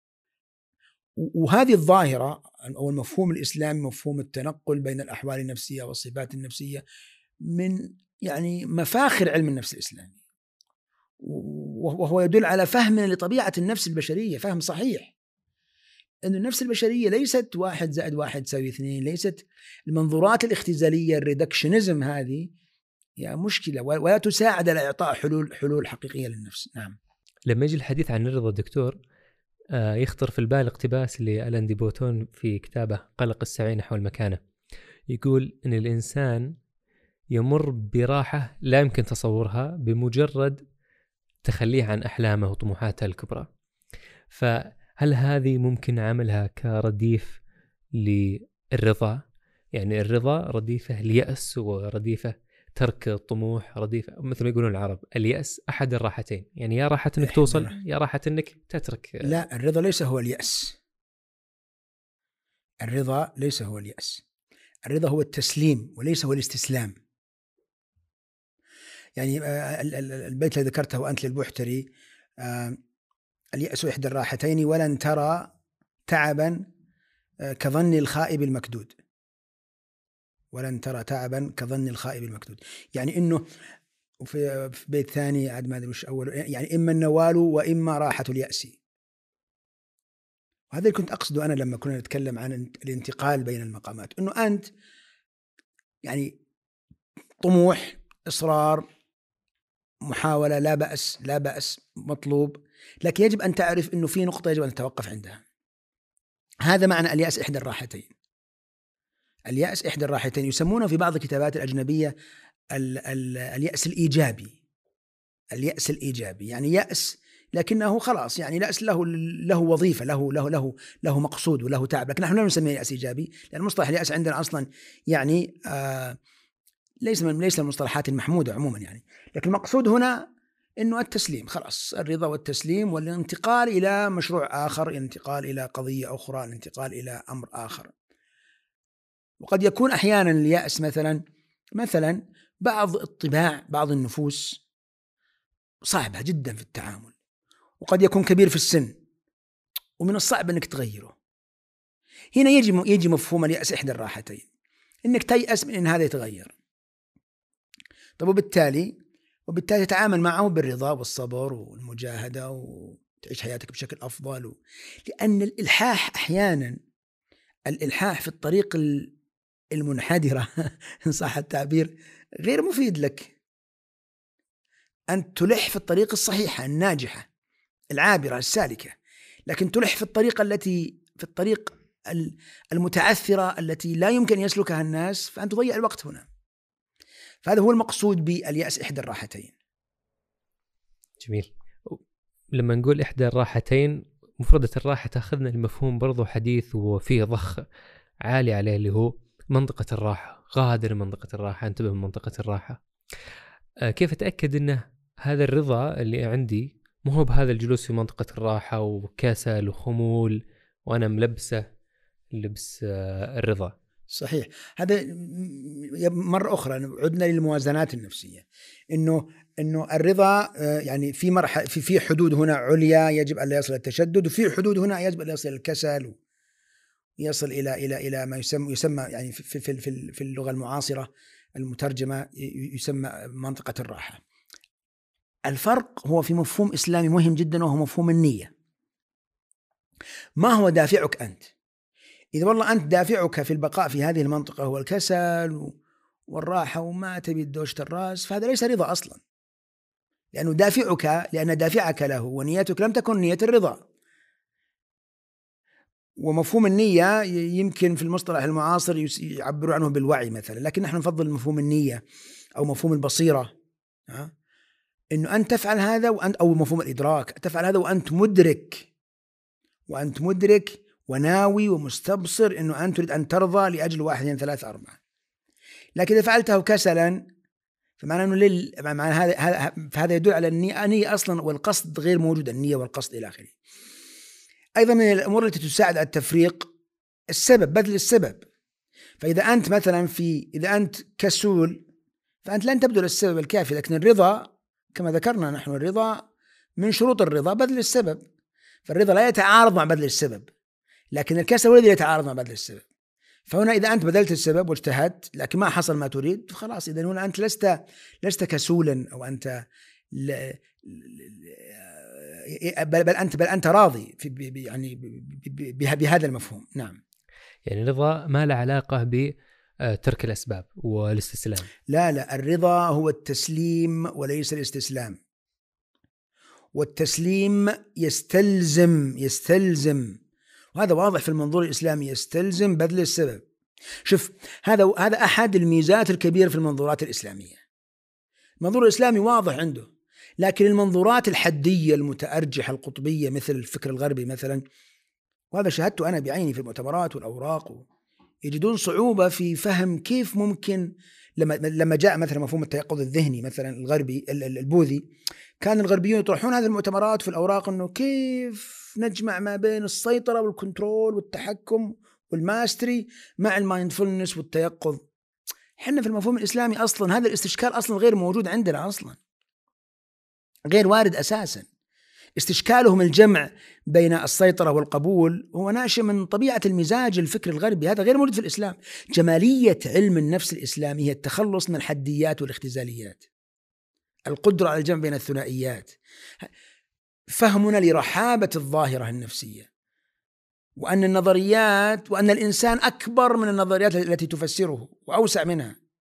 Speaker 2: وهذه الظاهرة أو المفهوم الإسلامي، مفهوم التنقل بين الأحوال النفسية والصفات النفسية، من يعني مفاخر علم النفس الإسلامي، وهو يدل على فهم لطبيعة النفس البشرية، فهم صحيح. أن النفس البشرية ليست 1+1=2، ليست المنظورات الاختزالية الريدكشنزم هذه يعني مشكلة، ولا تساعد على إعطاء حلول حقيقية للنفس. نعم.
Speaker 1: لما يجي الحديث عن الرضا دكتور، يخطر في البال اقتباس لألان دي بوتون في كتابه قلق السعي نحو المكانة، يقول أن الإنسان يمر براحة لا يمكن تصورها بمجرد تخليه عن أحلامه وطموحاته الكبرى. فهل هذه ممكن عملها كرديف للرضا؟ يعني الرضا رديفة اليأس ورديفة ترك الطموح، رديفة مثل ما يقولون العرب اليأس أحد الراحتين، يعني يا راحة أنك توصل يا راحة أنك تترك.
Speaker 2: لا، الرضا ليس هو اليأس. الرضا ليس هو اليأس، الرضا هو التسليم وليس هو الاستسلام. يعني البيت الذي ذكرته أنت للبحتري، اليأس إحدى الراحتين ولن ترى تعبا كظن الخائب المكدود، ولن ترى تعبا كظن الخائب المكدود. يعني إنه في بيت ثاني عاد ما أدري وش أول، يعني إما النوال وإما راحة اليأس. وهذا اللي كنت أقصده أنا لما كنا نتكلم عن الانتقال بين المقامات، إنه أنت يعني طموح، إصرار، محاولة، لا بأس مطلوب، لكن يجب أن تعرف إنه في نقطة يجب أن تتوقف عندها. هذا معنى اليأس إحدى الراحتين. اليأس إحدى الراحتين يسمونه في بعض الكتابات الأجنبية اليأس الإيجابي. اليأس الإيجابي يعني يأس لكنه خلاص، يعني يأس له وظيفة، له مقصود وله تعب، لكن نحن لا نسميه يأس إيجابي، لأن مصطلح اليأس عندنا أصلا يعني ليس من المصطلحات المحمودة عموما يعني. لكن المقصود هنا إنه التسليم، خلاص الرضا والتسليم والانتقال إلى مشروع آخر، الانتقال إلى قضية أخرى، الانتقال إلى أمر آخر. وقد يكون أحيانا اليأس مثلا بعض الطباع، بعض النفوس صعبة جدا في التعامل، وقد يكون كبير في السن ومن الصعب أنك تغيره. هنا يجي مفهوم اليأس إحدى الراحتين، إنك تيأس من إن هذا يتغير. طب وبالتالي تتعامل معه بالرضا والصبر والمجاهدة وتعيش حياتك بشكل أفضل. لأن الإلحاح أحيانا، الإلحاح في الطريق المنحدرة إن صح التعبير غير مفيد لك. أن تلح في الطريق الصحيحة الناجحة العابرة السالكة، لكن تلح في الطريق المتعثرة التي لا يمكن يسلكها الناس، فأنت تضيع الوقت هنا. فهذا هو المقصود باليأس إحدى الراحتين.
Speaker 1: جميل. لما نقول إحدى الراحتين، مفردة الراحة تأخذنا المفهوم برضو حديث وفيه ضخ عالي عليه، اللي هو منطقة الراحة. غادر منطقة الراحة، انتبه من منطقة الراحة. كيف أتأكد أنه هذا الرضا اللي عندي مو هو بهذا الجلوس في منطقة الراحة وكسل وخمول وأنا ملبسه لبس الرضا؟
Speaker 2: صحيح. هذا مرة أخرى عدنا للموازنات النفسية، إنه الرضا يعني في مرحلة، في حدود هنا عليا يجب أن لا يصل التشدد، وفي حدود هنا يجب أن لا يصل الكسل، ويصل إلى ما يسمى يعني في اللغة المعاصرة المترجمة يسمى منطقة الراحة. الفرق هو في مفهوم إسلامي مهم جدا، وهو مفهوم النية. ما هو دافعك أنت؟ إذا والله أنت دافعك في البقاء في هذه المنطقة هو الكسل والراحة وما تبي دوشة الرأس، فهذا ليس رضا أصلا، لأن دافعك له ونيتك لم تكن نية الرضا. ومفهوم النية يمكن في المصطلح المعاصر يعبروا عنه بالوعي مثلا، لكن نحن نفضل مفهوم النية أو مفهوم البصيرة، إنه أنت تفعل هذا أو مفهوم الإدراك، تفعل هذا وأنت مدرك وناوي ومستبصر إنه أنت تريد أن ترضى لأجل 1 2 3 4. لكن إذا فعلته كسلا فمعنى أنه هذا يدل على النية أصلا والقصد غير موجود، النية والقصد إلى آخره. أيضا من الأمور التي تساعد على التفريق السبب، بذل السبب. فإذا أنت مثلا إذا أنت كسول فأنت لن تبذل السبب الكافي، لكن الرضا كما ذكرنا نحن الرضا من شروط الرضا بذل السبب، فالرضا لا يتعارض مع بذل السبب، لكن الكسل هو الذي يتعارض مع بذل السبب. فهنا إذا أنت بذلت السبب واجتهدت لكن ما حصل ما تريد خلاص، إذا هنا أنت لست كسولا، أو أنت بل أنت راضي يعني بهذا المفهوم. نعم.
Speaker 1: يعني الرضا ما له علاقة بترك الأسباب والاستسلام.
Speaker 2: لا، الرضا هو التسليم وليس الاستسلام. والتسليم يستلزم، وهذا واضح في المنظور الإسلامي، يستلزم بذل السبب. شوف، هذا أحد الميزات الكبيرة في المنظورات الإسلامية. المنظور الإسلامي واضح عنده، لكن المنظورات الحدية المتأرجحة القطبية مثل الفكر الغربي مثلا، وهذا شاهدته أنا بعيني في المؤتمرات والأوراق، يجدون صعوبة في فهم كيف ممكن لما جاء مثلا مفهوم التيقظ الذهني مثلا الغربي البوذي، كان الغربيون يطرحون هذه المؤتمرات في الأوراق أنه كيف نجمع ما بين السيطرة والكنترول والتحكم والماستري مع المايندفولنس والتيقظ. حنا في المفهوم الإسلامي أصلا هذا الاستشكال أصلا غير موجود عندنا، أصلا غير وارد أساسا. استشكالهم الجمع بين السيطرة والقبول هو ناشئ من طبيعة المزاج الفكر الغربي، هذا غير موجود في الإسلام. جمالية علم النفس الإسلامي هي التخلص من الحديات والاختزاليات، القدرة على الجمع بين الثنائيات، فهمنا لرحابة الظاهرة النفسية، وأن النظريات وأن الإنسان أكبر من النظريات التي تفسره وأوسع منها.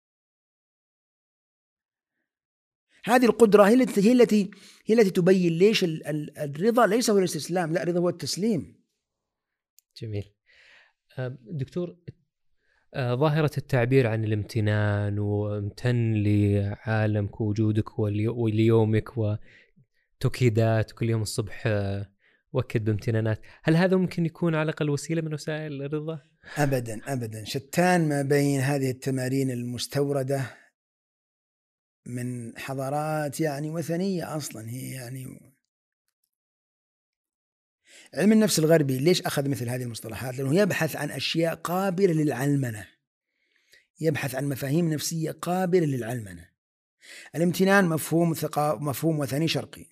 Speaker 2: هذه القدرة هي التي تبين ليش الرضا ليس هو الاستسلام، لا، الرضا هو التسليم.
Speaker 1: جميل. دكتور، ظاهرة التعبير عن الامتنان وامتن لعالمك ووجودك وليومك وتوكيدات كل يوم الصبح وكد بامتنانات، هل هذا ممكن يكون على الأقل وسيلة من وسائل الرضا؟
Speaker 2: أبدا، شتان ما بين هذه التمارين المستوردة من حضارات يعني وثنية أصلا. هي يعني علم النفس الغربي ليش أخذ مثل هذه المصطلحات؟ لأنه يبحث عن أشياء قابلة للعلمنة، يبحث عن مفاهيم نفسية قابلة للعلمنة. الامتنان مفهوم وثني شرقي،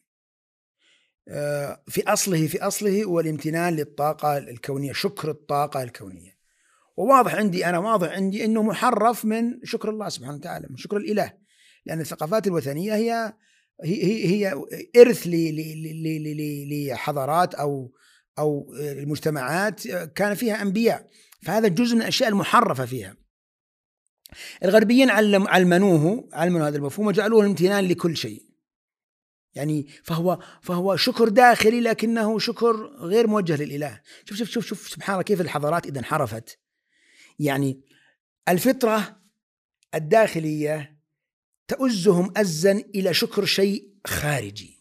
Speaker 2: في أصله هو الامتنان للطاقة الكونية، شكر الطاقة الكونية. وواضح عندي أنه محرف من شكر الله سبحانه وتعالى، من شكر الإله، لأن الثقافات الوثنية هي إرث لحضارات أو المجتمعات كان فيها أنبياء، فهذا جزء من الأشياء المحرفة فيها. الغربيين علمنوا هذا المفهوم وجعلوه الامتنان لكل شيء، يعني فهو شكر داخلي لكنه شكر غير موجه للإله. شوف سبحان الله كيف الحضارات إذا انحرفت. يعني الفطرة الداخلية تؤزهم أزا إلى شكر شيء خارجي،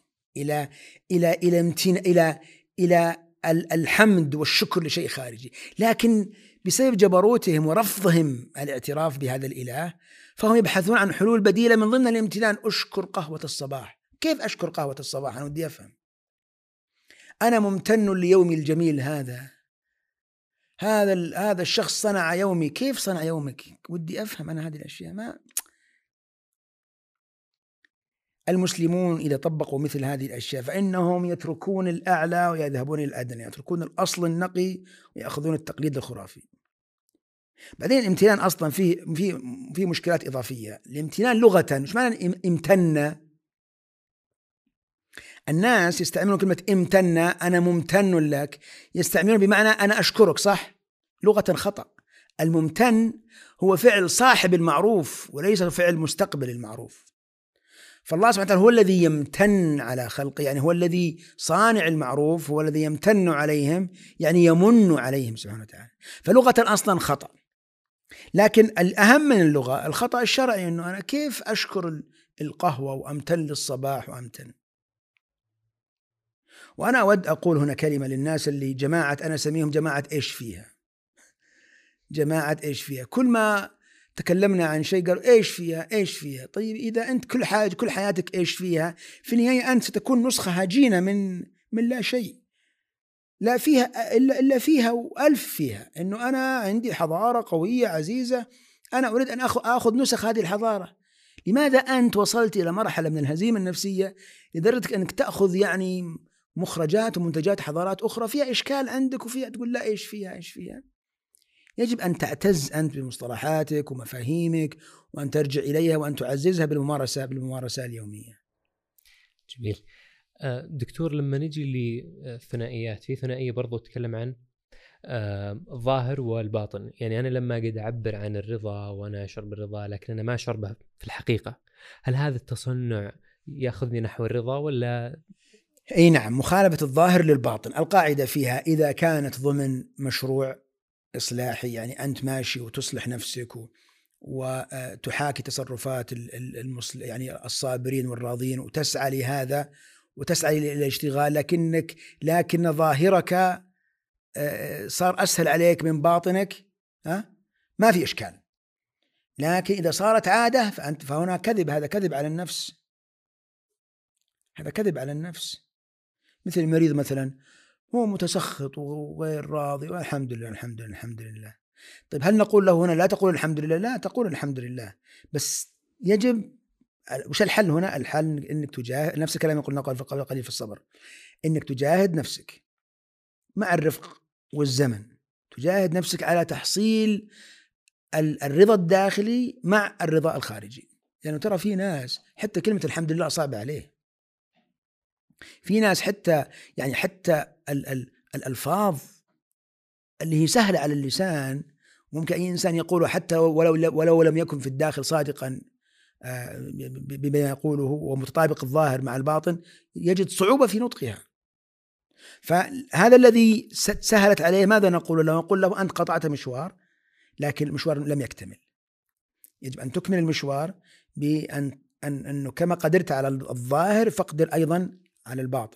Speaker 2: إلى الحمد والشكر لشيء خارجي، لكن بسبب جبروتهم ورفضهم الاعتراف بهذا الإله فهم يبحثون عن حلول بديلة من ضمن الامتنان. أشكر قهوة الصباح. كيف أشكر قهوة الصباح؟ أنا ودي أفهم. أنا ممتن ليومي الجميل هذا الشخص صنع يومي. كيف صنع يومك؟ ودي أفهم أنا هذه الأشياء. ما المسلمون إذا طبقوا مثل هذه الأشياء فإنهم يتركون الأعلى ويذهبون إلى الأدنى، يتركون الأصل النقي ويأخذون التقليد الخرافي. بعدين الامتنان أصلا فيه مشكلات إضافية. الامتنان لغة مش معنى امتن. الناس يستعملون كلمة امتن، أنا ممتن لك، يستعملون بمعنى أنا أشكرك، صح؟ لغة خطأ. الممتن هو فعل صاحب المعروف وليس فعل مستقبل المعروف. فالله سبحانه وتعالى هو الذي يمتن على خلقه، يعني هو الذي صانع المعروف، هو الذي يمتن عليهم، يعني يمن عليهم سبحانه وتعالى. فلغة أصلا خطأ. لكن الأهم من اللغة الخطأ الشرعي، أنه أنا كيف أشكر القهوة وأمتن للصباح وأمتن. وأنا أود أقول هنا كلمة للناس اللي جماعة أنا أسميهم جماعة إيش فيها. جماعة إيش فيها، كل ما تكلمنا عن شيء قالوا إيش فيها. طيب إذا أنت كل حياتك إيش فيها، في النهاية أنت ستكون نسخة هجينة من لا شيء. لا فيها إلا فيها وألف فيها، إنه أنا عندي حضارة قوية عزيزة، أنا أريد أن أخذ نسخ هذه الحضارة. لماذا أنت وصلت إلى مرحلة من الهزيمة النفسية لدرجة أنك تأخذ يعني مخرجات ومنتجات حضارات أخرى فيها إشكال عندك وفيها تقول لا إيش فيها؟ يجب أن تعتز أنت بمصطلحاتك ومفاهيمك، وأن ترجع إليها وأن تعززها بالممارسة اليومية.
Speaker 1: جميل. دكتور، لما نجي للثنائيات، في ثنائية برضو تتكلم عن الظاهر والباطن. يعني أنا لما قد أعبر عن الرضا وأنا أشعر بالرضا لكن أنا ما أشعر به في الحقيقة، هل هذا التصنع يأخذني نحو الرضا ولا؟
Speaker 2: أي نعم، مخالفة الظاهر للباطن. القاعدة فيها إذا كانت ضمن مشروع إصلاحي، يعني أنت ماشي وتصلح نفسك وتحاكي تصرفات يعني الصابرين والراضين، وتسعى لهذا وتسعى للاشتغال، لكن ظاهرك صار أسهل عليك من باطنك، ما في إشكال. لكن إذا صارت عادة فهنا كذب، هذا كذب على النفس، هذا كذب على النفس. مثل المريض مثلا هو متسخط وغير راضي والحمد لله الحمد لله الحمد لله. طيب هل نقول له هنا لا تقول الحمد لله؟ لا، تقول الحمد لله، بس يجب. وش الحل هنا؟ الحل انك تجاهد نفسك، كلام يقولنا قبل قليل في الصبر، انك تجاهد نفسك مع الرفق والزمن، تجاهد نفسك على تحصيل الرضا الداخلي مع الرضا الخارجي. لأنه يعني ترى في ناس حتى كلمة الحمد لله صعبة عليه، في ناس حتى الألفاظ اللي هي سهلة على اللسان ممكن أي إنسان يقوله حتى ولو لم يكن في الداخل صادقا بما يقوله ومتطابق الظاهر مع الباطن، يجد صعوبة في نطقها. فهذا الذي سهلت عليه ماذا نقول له؟ نقول له أنت قطعت مشوار لكن المشوار لم يكتمل، يجب أن تكمل المشوار أنه كما قدرت على الظاهر فقدر أيضا على الباطن.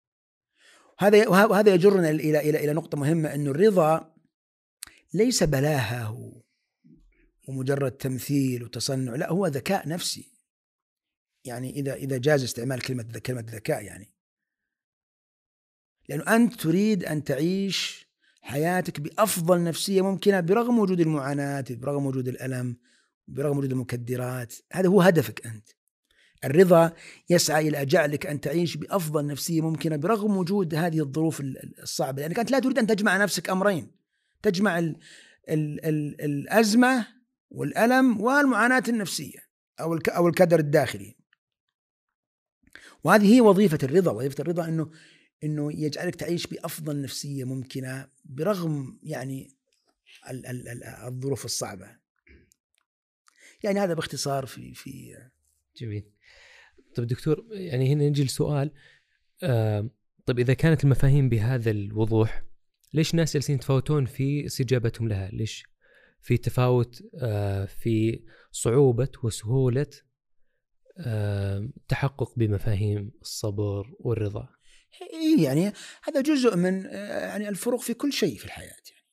Speaker 2: وهذا يجرنا إلى نقطة مهمة، أنه الرضا ليس بلاهة ومجرد تمثيل وتصنع، لا، هو ذكاء نفسي. يعني إذا جاز استعمال كلمة ذكاء، يعني لأنه أنت تريد أن تعيش حياتك بأفضل نفسية ممكنة برغم وجود المعاناة، برغم وجود الألم، برغم وجود المكدرات. هذا هو هدفك أنت. الرضا يسعى إلى جعلك أن تعيش بأفضل نفسية ممكنة برغم وجود هذه الظروف الصعبة، لأنك أنت لا تريد أن تجمع نفسك أمرين، تجمع الأزمة والألم والمعاناة النفسية أو الكدر الداخلي. وهذه هي وظيفة الرضا. وظيفة الرضا إنه يجعلك تعيش بأفضل نفسية ممكنة برغم يعني الظروف الصعبة. يعني هذا باختصار في
Speaker 1: جميل. طيب دكتور، يعني هنا نجي لسؤال. طيب إذا كانت المفاهيم بهذا الوضوح، ليش الناس جالسين يتفاوتون في استجابتهم لها؟ ليش في تفاوت في صعوبة وسهولة تحقق بمفاهيم الصبر والرضا؟
Speaker 2: يعني هذا جزء من يعني الفروق في كل شيء في الحياة. يعني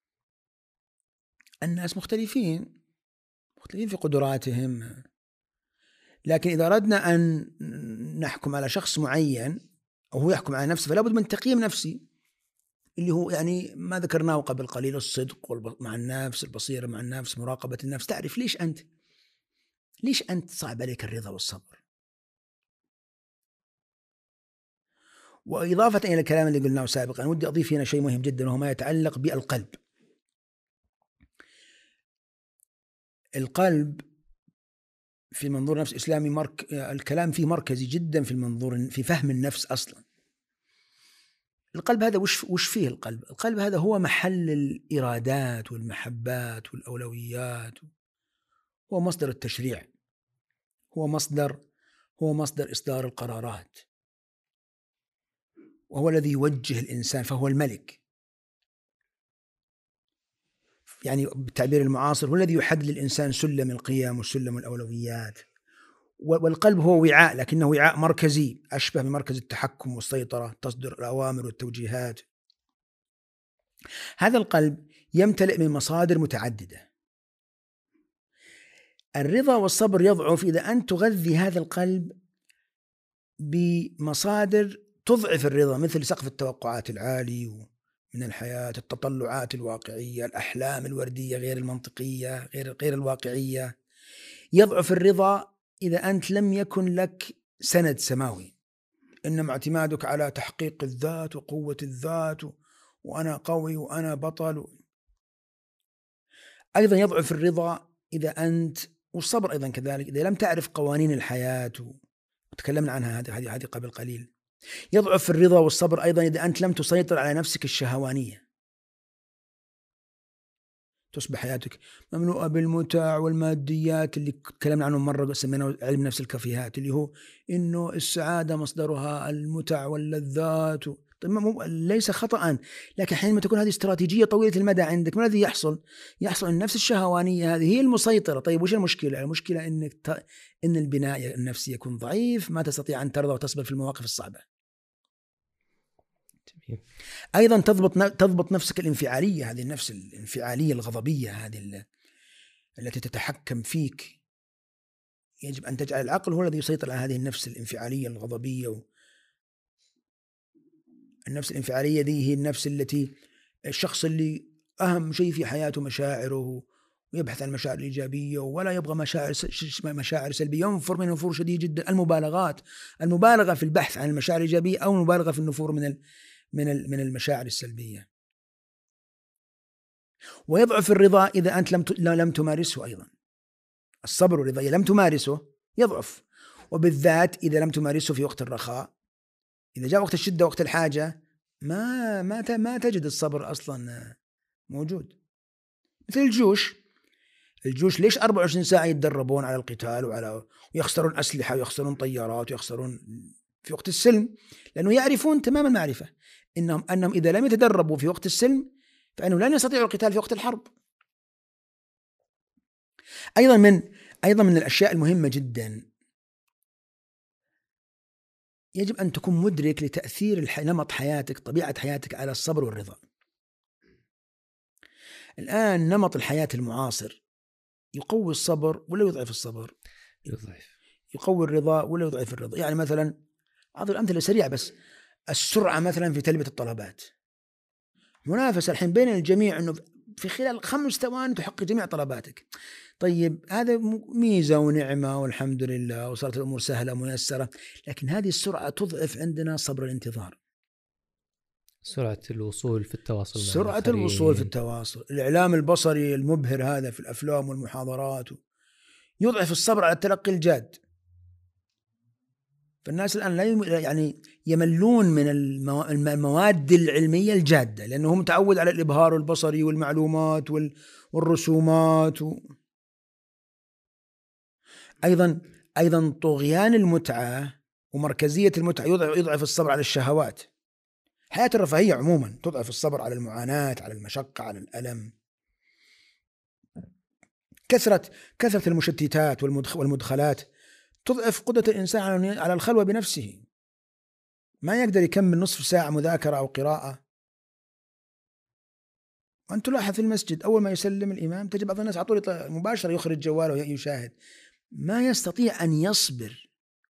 Speaker 2: الناس مختلفين في قدراتهم، لكن إذا أردنا أن نحكم على شخص معين أو هو يحكم على نفسه، فلا بد من تقييم نفسي، اللي هو يعني ما ذكرناه قبل قليل: الصدق مع النفس، البصيرة مع النفس، مراقبة النفس، تعرف ليش أنت صعب عليك الرضا والصبر. وإضافة إلى الكلام اللي قلناه سابقا، ودي أضيف هنا شيء مهم جدا، وهو ما يتعلق بالقلب. القلب في منظور نفس إسلامي الكلام فيه مركزي جدا في المنظور في فهم النفس أصلا. القلب هذا وش فيه؟ القلب هذا هو محل الإرادات والمحبات والأولويات، هو مصدر التشريع، هو مصدر إصدار القرارات، وهو الذي يوجه الإنسان، فهو الملك. يعني بالتعبير المعاصر هو الذي يحدد للإنسان سلم القيم وسلم الأولويات. والقلب هو وعاء، لكنه وعاء مركزي أشبه بمركز التحكم والسيطرة، تصدر الأوامر والتوجيهات. هذا القلب يمتلئ من مصادر متعددة. الرضا والصبر يضعف إذا أنت تغذي هذا القلب بمصادر تضعف الرضا، مثل سقف التوقعات العالي من الحياة، التطلعات الواقعية، الأحلام الوردية غير المنطقية غير الواقعية. يضعف الرضا إذا أنت لم يكن لك سند سماوي، إنما اعتمادك على تحقيق الذات وقوة الذات وأنا قوي وأنا بطل. أيضا يضعف الرضا إذا أنت، والصبر أيضا كذلك، إذا لم تعرف قوانين الحياة، وتكلمنا عنها هذه قبل قليل. يضعف الرضا والصبر أيضا إذا أنت لم تسيطر على نفسك الشهوانية، تصبح حياتك مملوءة بالمتع والماديات اللي تكلمنا عنه مرة، سميناه علم نفس الكافيهات، اللي هو إنه السعادة مصدرها المتع واللذات. طيب ليس خطأ، لكن حينما تكون هذه استراتيجية طويلة المدى عندك، ما الذي يحصل؟ يحصل أن نفس الشهوانية هذه هي المسيطرة. طيب وش المشكلة؟ المشكلة إن البناء النفسي يكون ضعيف، ما تستطيع أن ترضى وتصبر في المواقف الصعبة. أيضا تضبط نفسك الانفعالية، هذه النفس الانفعالية الغضبية هذه التي تتحكم فيك. يجب أن تجعل العقل هو الذي يسيطر على هذه النفس الانفعالية الغضبية. النفس الانفعالية دي هي النفس التي الشخص اللي أهم شيء في حياته مشاعره، ويبحث عن المشاعر الإيجابية ولا يبغى مشاعر سلبية، ينفر من نفور شديد جدا، المبالغة في البحث عن المشاعر الإيجابية أو المبالغة في النفور من المشاعر السلبية. ويضعف الرضا إذا أنت لم تمارسه. أيضا الصبر والرضا إذا لم تمارسه يضعف، وبالذات إذا لم تمارسه في وقت الرخاء. إذا جاء وقت الشدة وقت الحاجة ما تجد الصبر أصلا موجود. مثل الجيوش ليش 24 ساعة يتدربون على القتال ويخسرون أسلحة ويخسرون طيارات ويخسرون في وقت السلم؟ لأنه يعرفون تمام المعرفة أنهم إذا لم يتدربوا في وقت السلم فإنهم لن يستطيعوا القتال في وقت الحرب. أيضا من الأشياء المهمة جدا، يجب أن تكون مدرك لتأثير نمط حياتك، طبيعة حياتك على الصبر والرضا. الآن نمط الحياة المعاصر يقوي الصبر ولا يضعف الصبر؟ يقوي الرضا ولا يضعف الرضا؟ يعني مثلا أعطي الأمثلة سريعة بس. السرعة مثلا في تلبية الطلبات، منافسة الحين بين الجميع أنه في خلال 5 ثواني تحقق جميع طلباتك. طيب هذا ميزة ونعمة والحمد لله، وصارت الأمور سهلة ميسرة، لكن هذه السرعة تضعف عندنا صبر الانتظار.
Speaker 1: سرعة الوصول في التواصل،
Speaker 2: سرعة الوصول في التواصل، الإعلام البصري المبهر هذا في الأفلام والمحاضرات يضعف الصبر على التلقي الجاد. فالناس الآن لا يملون من المواد العلمية الجادة، لأنه هم متعود على الإبهار البصري والمعلومات والرسومات. أيضا طغيان المتعة ومركزية المتعة يضعف الصبر على الشهوات. حياة الرفاهية عموما تضعف الصبر على المعاناة، على المشقة، على الألم. كثرة المشتتات والمدخلات تضعف قدرة الإنسان على الخلوة بنفسه، ما يقدر يكمل نصف ساعة مذاكرة أو قراءة. وأن تلاحظ في المسجد أول ما يسلم الإمام تجد بعض الناس على طول مباشرة يخرج جواله ويشاهد، ما يستطيع أن يصبر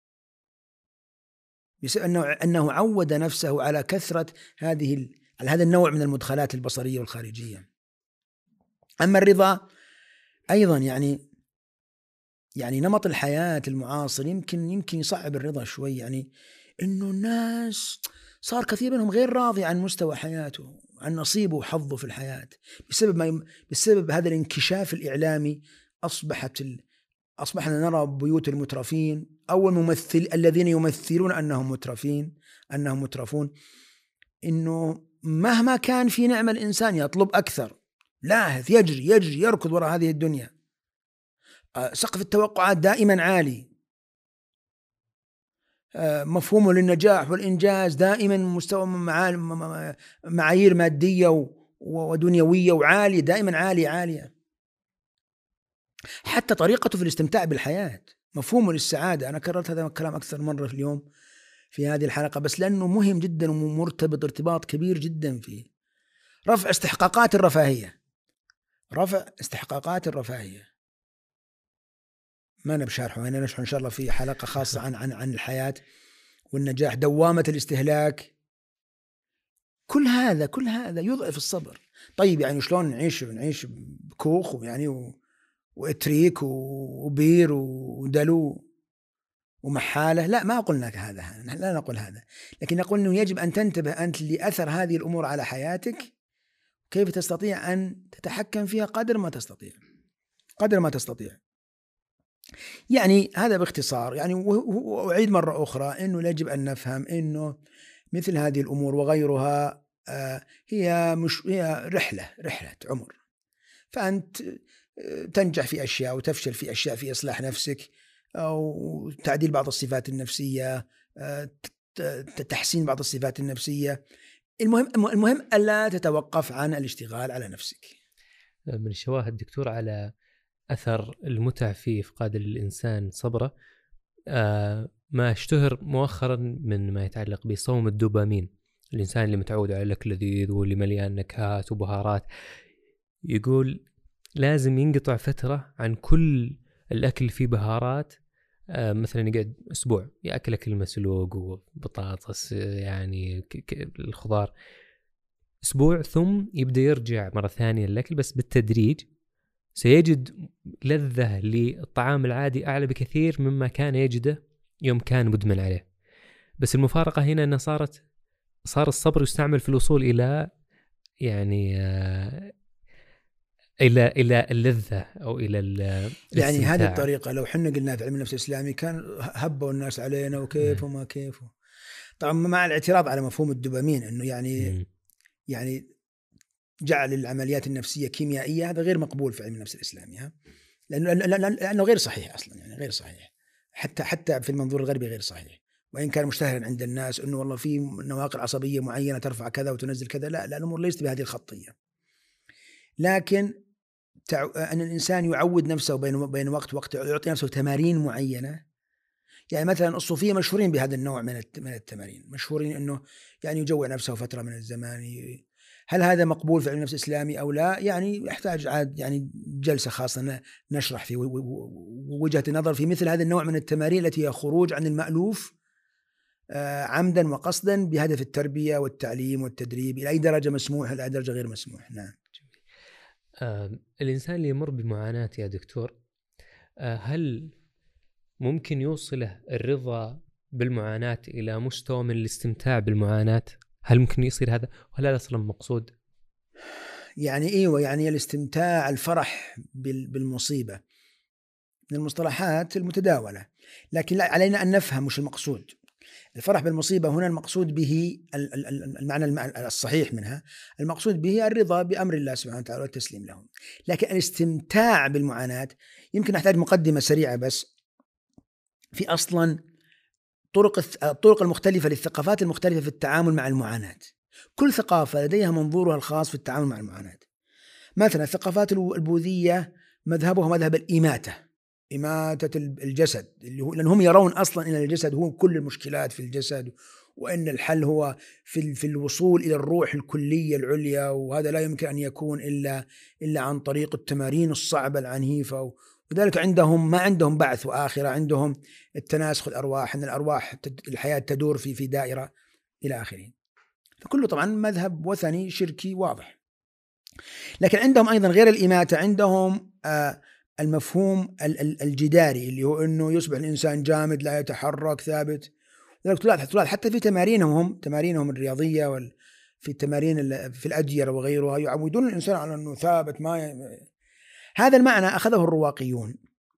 Speaker 2: بسبب أنه عود نفسه على كثرة على هذا النوع من المدخلات البصرية والخارجية. أما الرضا أيضا يعني نمط الحياة المعاصر يمكن يصعب الرضا شوي، يعني إنه الناس صار كثير منهم غير راضي عن مستوى حياته، عن نصيبه وحظه في الحياة، بسبب هذا الانكشاف الإعلامي. أصبحنا نرى بيوت المترفين أو الذين يمثلون أنهم مترفون، إنه مهما كان في نعمة الإنسان يطلب أكثر، لاهث يجري يركض وراء هذه الدنيا. سقف التوقعات دائما عالي، مفهومه للنجاح والإنجاز دائما مستوى معايير مادية ودنيوية وعالية، دائما عالية. حتى طريقته في الاستمتاع بالحياة، مفهومه للسعادة. أنا كررت هذا الكلام أكثر مرة في اليوم في هذه الحلقة، بس لأنه مهم جدا ومرتبط ارتباط كبير جدا فيه. رفع استحقاقات الرفاهية ما نبشرحه هنا، نشرح إن شاء الله في حلقة خاصة عن الحياة والنجاح، دوامة الاستهلاك، كل هذا يضعف الصبر. طيب يعني شلون نعيش بكوخ يعني وإتريك وبير ودلو ومحالة؟ لا، ما قلنا هذا، لا نقول هذا، لكن نقول أنه يجب أن تنتبه أنت لأثر هذه الأمور على حياتك، كيف تستطيع أن تتحكم فيها قدر ما تستطيع. يعني هذا باختصار. يعني وأعيد مرة أخرى أنه يجب أن نفهم أنه مثل هذه الأمور وغيرها هي رحلة عمر، فأنت تنجح في أشياء وتفشل في أشياء، في إصلاح نفسك أو تعديل بعض الصفات النفسية، تحسين بعض الصفات النفسية. المهم ألا تتوقف عن الاشتغال على نفسك.
Speaker 1: من الشواهد دكتور على أثر المتع في إفقاد الإنسان صبره ما اشتهر مؤخرا من ما يتعلق بصوم الدوبامين. الإنسان اللي متعود على الأكل لذيذ واللي مليان نكهات وبهارات، يقول لازم ينقطع فترة عن كل الأكل فيه بهارات، مثلا يقعد أسبوع يأكل أكل مسلوق وبطاطس يعني الخضار أسبوع، ثم يبدأ يرجع مرة ثانية للأكل، بس بالتدريج سيجد لذة للطعام العادي أعلى بكثير مما كان يجده يوم كان مدمن عليه. بس المفارقة هنا أن صار الصبر يستعمل في الوصول إلى يعني إلى اللذة أو إلى
Speaker 2: يعني هذه الطريقة لو حنا قلنا في علم النفس الإسلامي كان هبوا الناس علينا وكيف وما كيف. طبعا مع الاعتراض على مفهوم الدوبامين أنه يعني جعل العمليات النفسية كيميائية، هذا غير مقبول في علم النفس الإسلامي، لأنه غير صحيح أصلا، يعني غير صحيح حتى في المنظور الغربي غير صحيح، وإن كان مشتهرا عند الناس أنه والله في نواقل عصبية معينة ترفع كذا وتنزل كذا. لا، الأمور ليست بهذه الخطية، لكن أن الإنسان يعود نفسه بين وقت يعطي نفسه تمارين معينة. يعني مثلا الصوفية مشهورين بهذا النوع من التمارين، مشهورين أنه يعني يجوع نفسه فترة من الزمان. هل هذا مقبول في علم النفس الإسلامي أو لا؟ يعني يحتاج يعني جلسة خاصة نشرح في وجهة النظر في مثل هذا النوع من التمارين التي هي خروج عن المألوف عمدا وقصدا بهدف التربية والتعليم والتدريب، إلى أي درجة مسموح إلى أي درجة غير مسموح. نعم.
Speaker 1: الإنسان اللي يمر بمعاناة يا دكتور، هل ممكن يوصله الرضا بالمعاناة إلى مستوى من الاستمتاع بالمعاناة؟ هل ممكن يصير هذا ولا أصلا مقصود؟
Speaker 2: يعني إيوه، يعني الاستمتاع، الفرح بالمصيبة من المصطلحات المتداولة، لكن لا علينا أن نفهم مش المقصود. الفرح بالمصيبة هنا المقصود به المعنى الصحيح منها، المقصود به الرضا بأمر الله سبحانه وتعالى والتسليم له. لكن الاستمتاع بالمعاناة يمكن نحتاج مقدمة سريعة بس في أصلا الطرق المختلفة للثقافات المختلفة في التعامل مع المعاناة. كل ثقافة لديها منظورها الخاص في التعامل مع المعاناة. مثلا الثقافات البوذية مذهبها مذهب الإماتة، إماتة الجسد، لأنهم يرون أصلا أن الجسد هو كل المشكلات في الجسد، وأن الحل هو في الوصول إلى الروح الكلية العليا، وهذا لا يمكن أن يكون إلا عن طريق التمارين الصعبة العنيفة. وذلك عندهم ما عندهم بعث وآخرة، عندهم التناسخ الأرواح، أن الأرواح الحياة تدور في دائرة إلى آخره. فكله طبعا مذهب وثني شركي واضح. لكن عندهم أيضا غير الإماتة، عندهم المفهوم الجداري اللي هو أنه يصبح الإنسان جامد لا يتحرك ثابت. لذلك تلاحظ حتى في تمارينهم الرياضية في التمارين في الأديرة وغيرها يعودون الإنسان على أنه ثابت. هذا المعنى أخذه الرواقيون،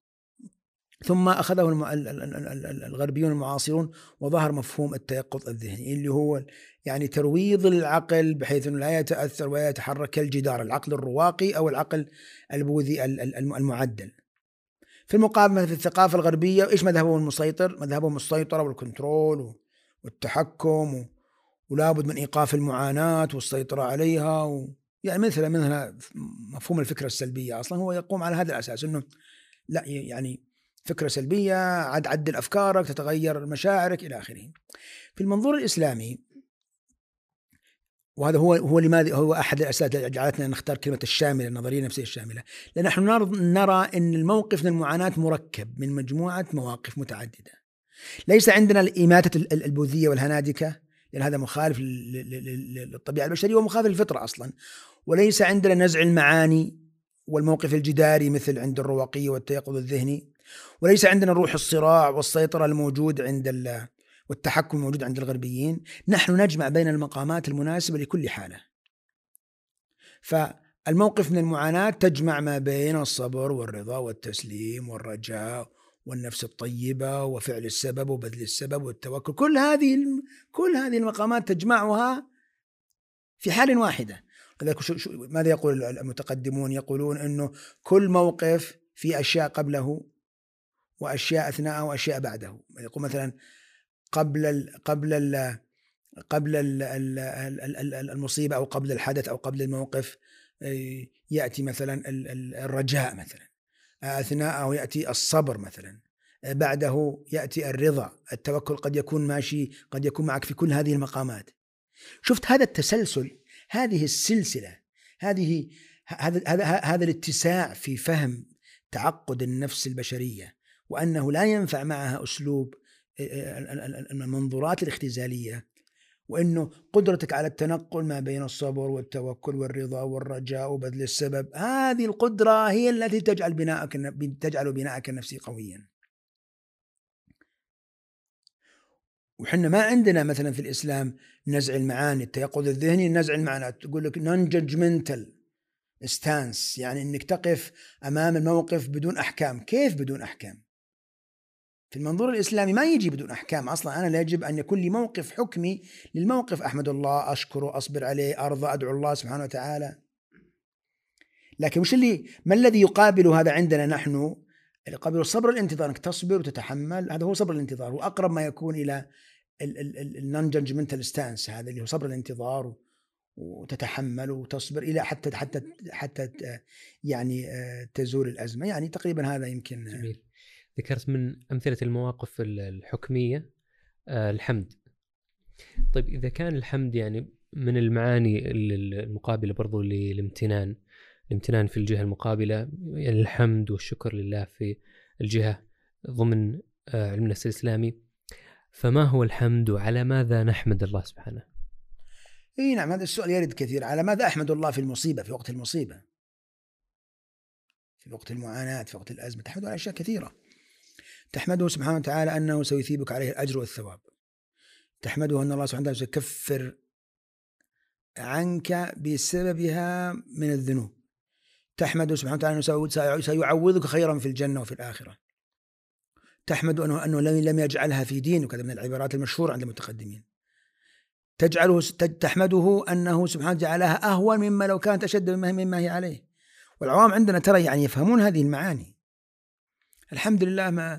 Speaker 2: ثم أخذه الغربيون المعاصرون، وظهر مفهوم التيقظ الذهني اللي هو يعني ترويض العقل بحيث أنه لا يتأثر ولا يتحرك كالجدار، العقل الرواقي أو العقل البوذي المعدل. في المقابل في الثقافة الغربية إيش مذهبهم المسيطر؟ مذهبهم السيطرة والكنترول والتحكم، ولابد من إيقاف المعاناة والسيطرة عليها. يعني مثل مفهوم الفكرة السلبية أصلا هو يقوم على هذا الأساس، أنه لا يعني فكرة سلبية، عدل أفكارك، تتغير مشاعرك إلى آخره. في المنظور الإسلامي، وهذا هو لماذا هو أحد الأسباب التي جعلتنا نختار كلمة الشاملة، النظرية النفسية الشاملة، لأن نحن نرى أن الموقف من المعاناة مركب من مجموعة مواقف متعددة. ليس عندنا إماتة البوذية والهنادكة، لأن هذا مخالف للطبيعة البشرية ومخالف للفطرة أصلا. وليس عندنا نزع المعاني والموقف الجداري مثل عند الرواقية والتيقظ الذهني. وليس عندنا روح الصراع والسيطرة الموجود والتحكم الموجود عند الغربيين. نحن نجمع بين المقامات المناسبة لكل حالة. فالموقف من المعاناة تجمع ما بين الصبر والرضا والتسليم والرجاء والنفس الطيبة وفعل السبب وبذل السبب والتوكل. كل هذه المقامات تجمعها في حال واحدة. ماذا يقول المتقدمون؟ يقولون أنه كل موقف في أشياء قبله وأشياء أثناءه وأشياء بعده. يقول مثلا قبل المصيبة أو قبل الحدث أو قبل الموقف يأتي مثلا الرجاء مثلا، أثناءه يأتي الصبر مثلا، بعده يأتي الرضا، التوكل قد يكون ماشي، قد يكون معك في كل هذه المقامات. شفت هذا التسلسل، هذه السلسلة، هذا الاتساع في فهم تعقد النفس البشرية، وأنه لا ينفع معها أسلوب المنظورات الاختزالية، وأنه قدرتك على التنقل ما بين الصبر والتوكل والرضا والرجاء وبذل السبب، هذه القدرة هي التي تجعل بناءك النفسي قويا. وحنا ما عندنا مثلا في الإسلام نزع المعاني، التيقظ الذهني، نزع المعاني. تقول لك non-judgmental stance، يعني أنك تقف أمام الموقف بدون أحكام. كيف بدون أحكام؟ في المنظور الإسلامي ما يجي بدون أحكام أصلا. أنا لا يجب أن يكون لي موقف حكمي للموقف، أحمد الله، أشكره، أصبر عليه، أرضى، أدعو الله سبحانه وتعالى. لكن ما الذي يقابل هذا عندنا نحن؟ يقابل الصبر الانتظار، أنك تصبر وتتحمل. هذا هو صبر الانتظار، وأقرب ما يكون إلى النون جادجمنتال ستانس، هذا اللي هو صبر الانتظار، وتتحمل وتصبر إلى حتى يعني تزول الأزمة. يعني تقريبا هذا يمكن.
Speaker 1: جميل. ذكرت من أمثلة المواقف الحكمية الحمد. طيب إذا كان الحمد يعني من المعاني المقابلة برضو للامتنان، الامتنان في الجهة المقابلة، يعني الحمد والشكر لله في الجهة ضمن علم النفس الإسلامي، فما هو الحمد وعلى ماذا نحمد الله سبحانه؟
Speaker 2: إيه نعم، هذا السؤال يرد كثير. على ماذا أحمد الله في المصيبة، في وقت المصيبة، في وقت المعاناة، في وقت الأزمة؟ تحمده على أشياء كثيرة. تحمده سبحانه وتعالى أنه سيثيبك عليه الأجر والثواب. تحمده أن الله سبحانه وتعالى سيكفر عنك بسببها من الذنوب. تحمده سبحانه وتعالى أنه سيعوضك خيرا في الجنة وفي الآخرة. تحمد أنه لم يجعلها في دينك، هذا من العبارات المشهورة عند المتقدمين. تحمده أنه سبحانه جعلها أهون مما لو كانت أشد مما هي عليه. والعوام عندنا ترى يعني يفهمون هذه المعاني. الحمد لله ما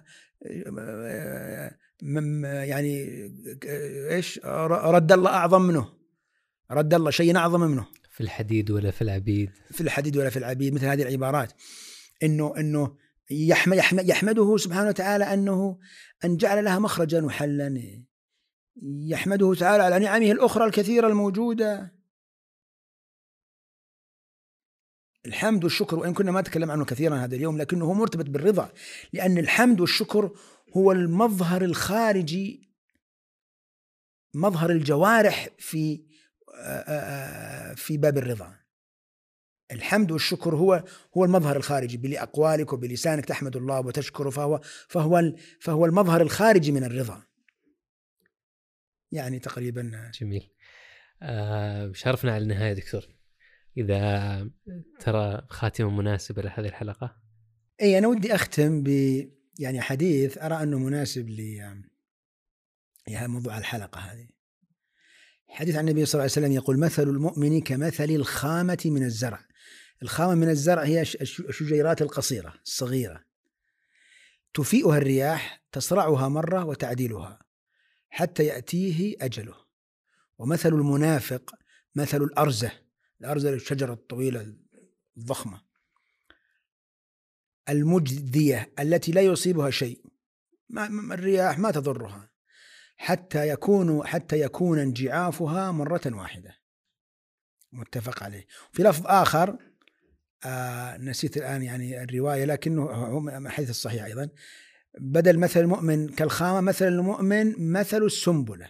Speaker 2: يعني إيش رد الله أعظم منه، رد الله شيء أعظم منه،
Speaker 1: في الحديد ولا في العبيد،
Speaker 2: في الحديد ولا في العبيد، مثل هذه العبارات. إنه يحمده سبحانه وتعالى أن جعل لها مخرجا وحلا. يحمده تعالى على نعمه الأخرى الكثيرة الموجودة. الحمد والشكر، وإن كنا ما نتكلم عنه كثيرا هذا اليوم، لكنه هو مرتبط بالرضا، لأن الحمد والشكر هو المظهر الخارجي، مظهر الجوارح في باب الرضا. الحمد والشكر هو المظهر الخارجي، بأقوالك وبلسانك تحمد الله وتشكره، فهو المظهر الخارجي من الرضا. يعني تقريبا.
Speaker 1: جميل. شرفنا على النهاية دكتور، إذا ترى خاتمة مناسبة لهذه الحلقة.
Speaker 2: أي أنا ودي أختم يعني حديث أرى أنه مناسب موضوع الحلقة هذه. حديث عن النبي صلى الله عليه وسلم يقول: مثل المؤمن كمثل الخامة من الزرع. الخامة من الزرع هي الشجيرات القصيرة الصغيرة، تفيئها الرياح، تصرعها مرة وتعديلها حتى يأتيه أجله. ومثل المنافق مثل الأرزة الشجرة الطويلة الضخمة المجدية التي لا يصيبها شيء، الرياح ما تضرها، حتى يكون انجعافها مرة واحدة. متفق عليه. في لفظ آخر نسيت الآن يعني الرواية، لكنه هو حديث الصحيح أيضا، بدل مثل المؤمن كالخامة، مثل المؤمن مثل السنبلة.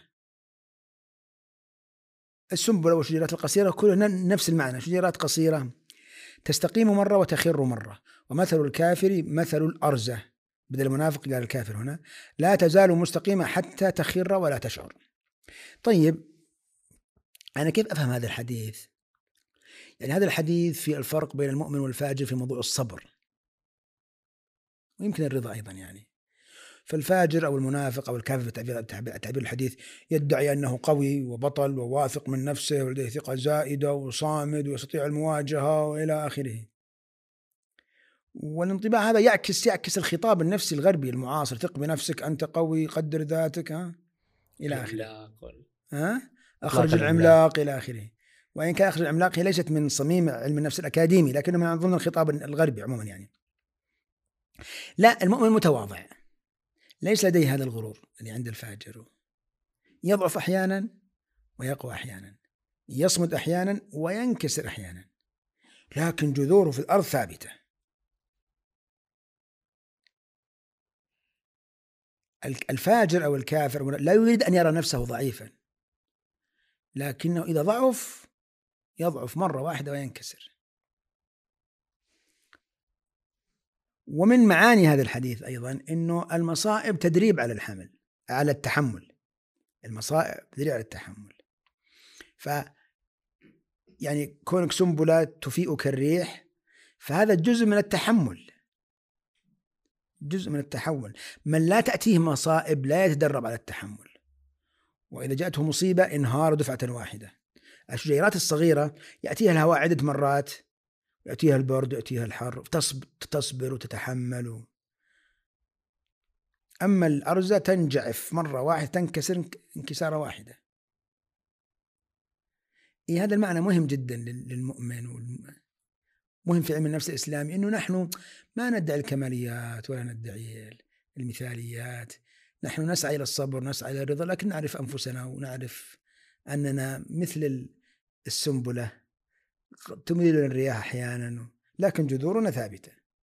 Speaker 2: السنبلة والشجيرات القصيرة كلها نفس المعنى، شجيرات قصيرة تستقيم مرة وتخر مرة. ومثل الكافر مثل الأرزة، بدل المنافق قال الكافر هنا، لا تزال مستقيمة حتى تخر ولا تشعر. طيب أنا كيف أفهم هذا الحديث؟ يعني هذا الحديث في الفرق بين المؤمن والفاجر في موضوع الصبر، ويمكن الرضا أيضا. يعني فالفاجر أو المنافق أو الكافر تعبير الحديث يدعي أنه قوي وبطل وواثق من نفسه ولديه ثقة زائدة وصامد ويستطيع المواجهة وإلى آخره. والانطباع هذا يعكس الخطاب النفسي الغربي المعاصر: ثق بنفسك، أنت قوي، قدر ذاتك، إلى آخره، أخرج العملاق إلى آخره. وإن كان أخرج العملاق هي ليست من صميم علم النفس الأكاديمي، لكنه من ضمن الخطاب الغربي عموما. يعني لا، المؤمن متواضع، ليس لديه هذا الغرور اللي عند الفاجر، يضعف أحيانا ويقوى أحيانا، يصمد أحيانا وينكسر أحيانا، لكن جذوره في الأرض ثابتة. الفاجر أو الكافر لا يريد أن يرى نفسه ضعيفا، لكنه إذا ضعف يضعف مرة واحدة وينكسر. ومن معاني هذا الحديث أيضا أنه المصائب تدريب على الحمل، على التحمل. المصائب تدريب على التحمل. يعني كونك سنبلة تفيئك الريح، فهذا جزء من التحمل، جزء من التحول. من لا تأتيه مصائب لا يتدرب على التحمل، وإذا جاءته مصيبة انهار دفعة واحدة. الشجيرات الصغيرة يأتيها الهواء عدة مرات، يأتيها البرد، يأتيها الحر، تصبر وتتحمل. أما الأرزة تنجعف مرة واحدة، تنكسر انكسارة واحدة. هذا المعنى مهم جدا للمؤمن، مهم في علم النفس الإسلامي، إنه نحن ما ندعي الكماليات ولا ندعي المثاليات. نحن نسعى إلى الصبر، نسعى إلى الرضا، لكن نعرف أنفسنا ونعرف أننا مثل السنبلة تميل الرياح أحيانا، لكن جذورنا ثابتة،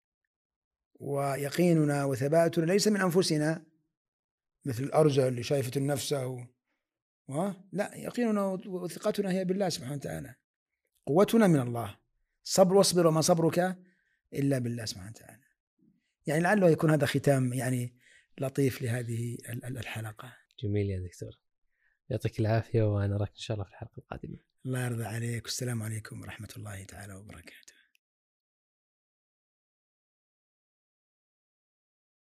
Speaker 2: ويقيننا وثباتنا ليس من أنفسنا مثل الأرجل اللي شايفة النفس لا، يقيننا وثقتنا هي بالله سبحانه وتعالى، قوتنا من الله. صبر، واصبر وما صبرك إلا بالله سبحانه وتعالى. يعني لعله يكون هذا ختام يعني لطيف لهذه الحلقة.
Speaker 1: جميل يا دكتور، يعطيك العافية، وأنا أراك إن شاء الله في الحلقة القادمة.
Speaker 2: الله يرضى عليك، والسلام عليكم ورحمة الله تعالى وبركاته.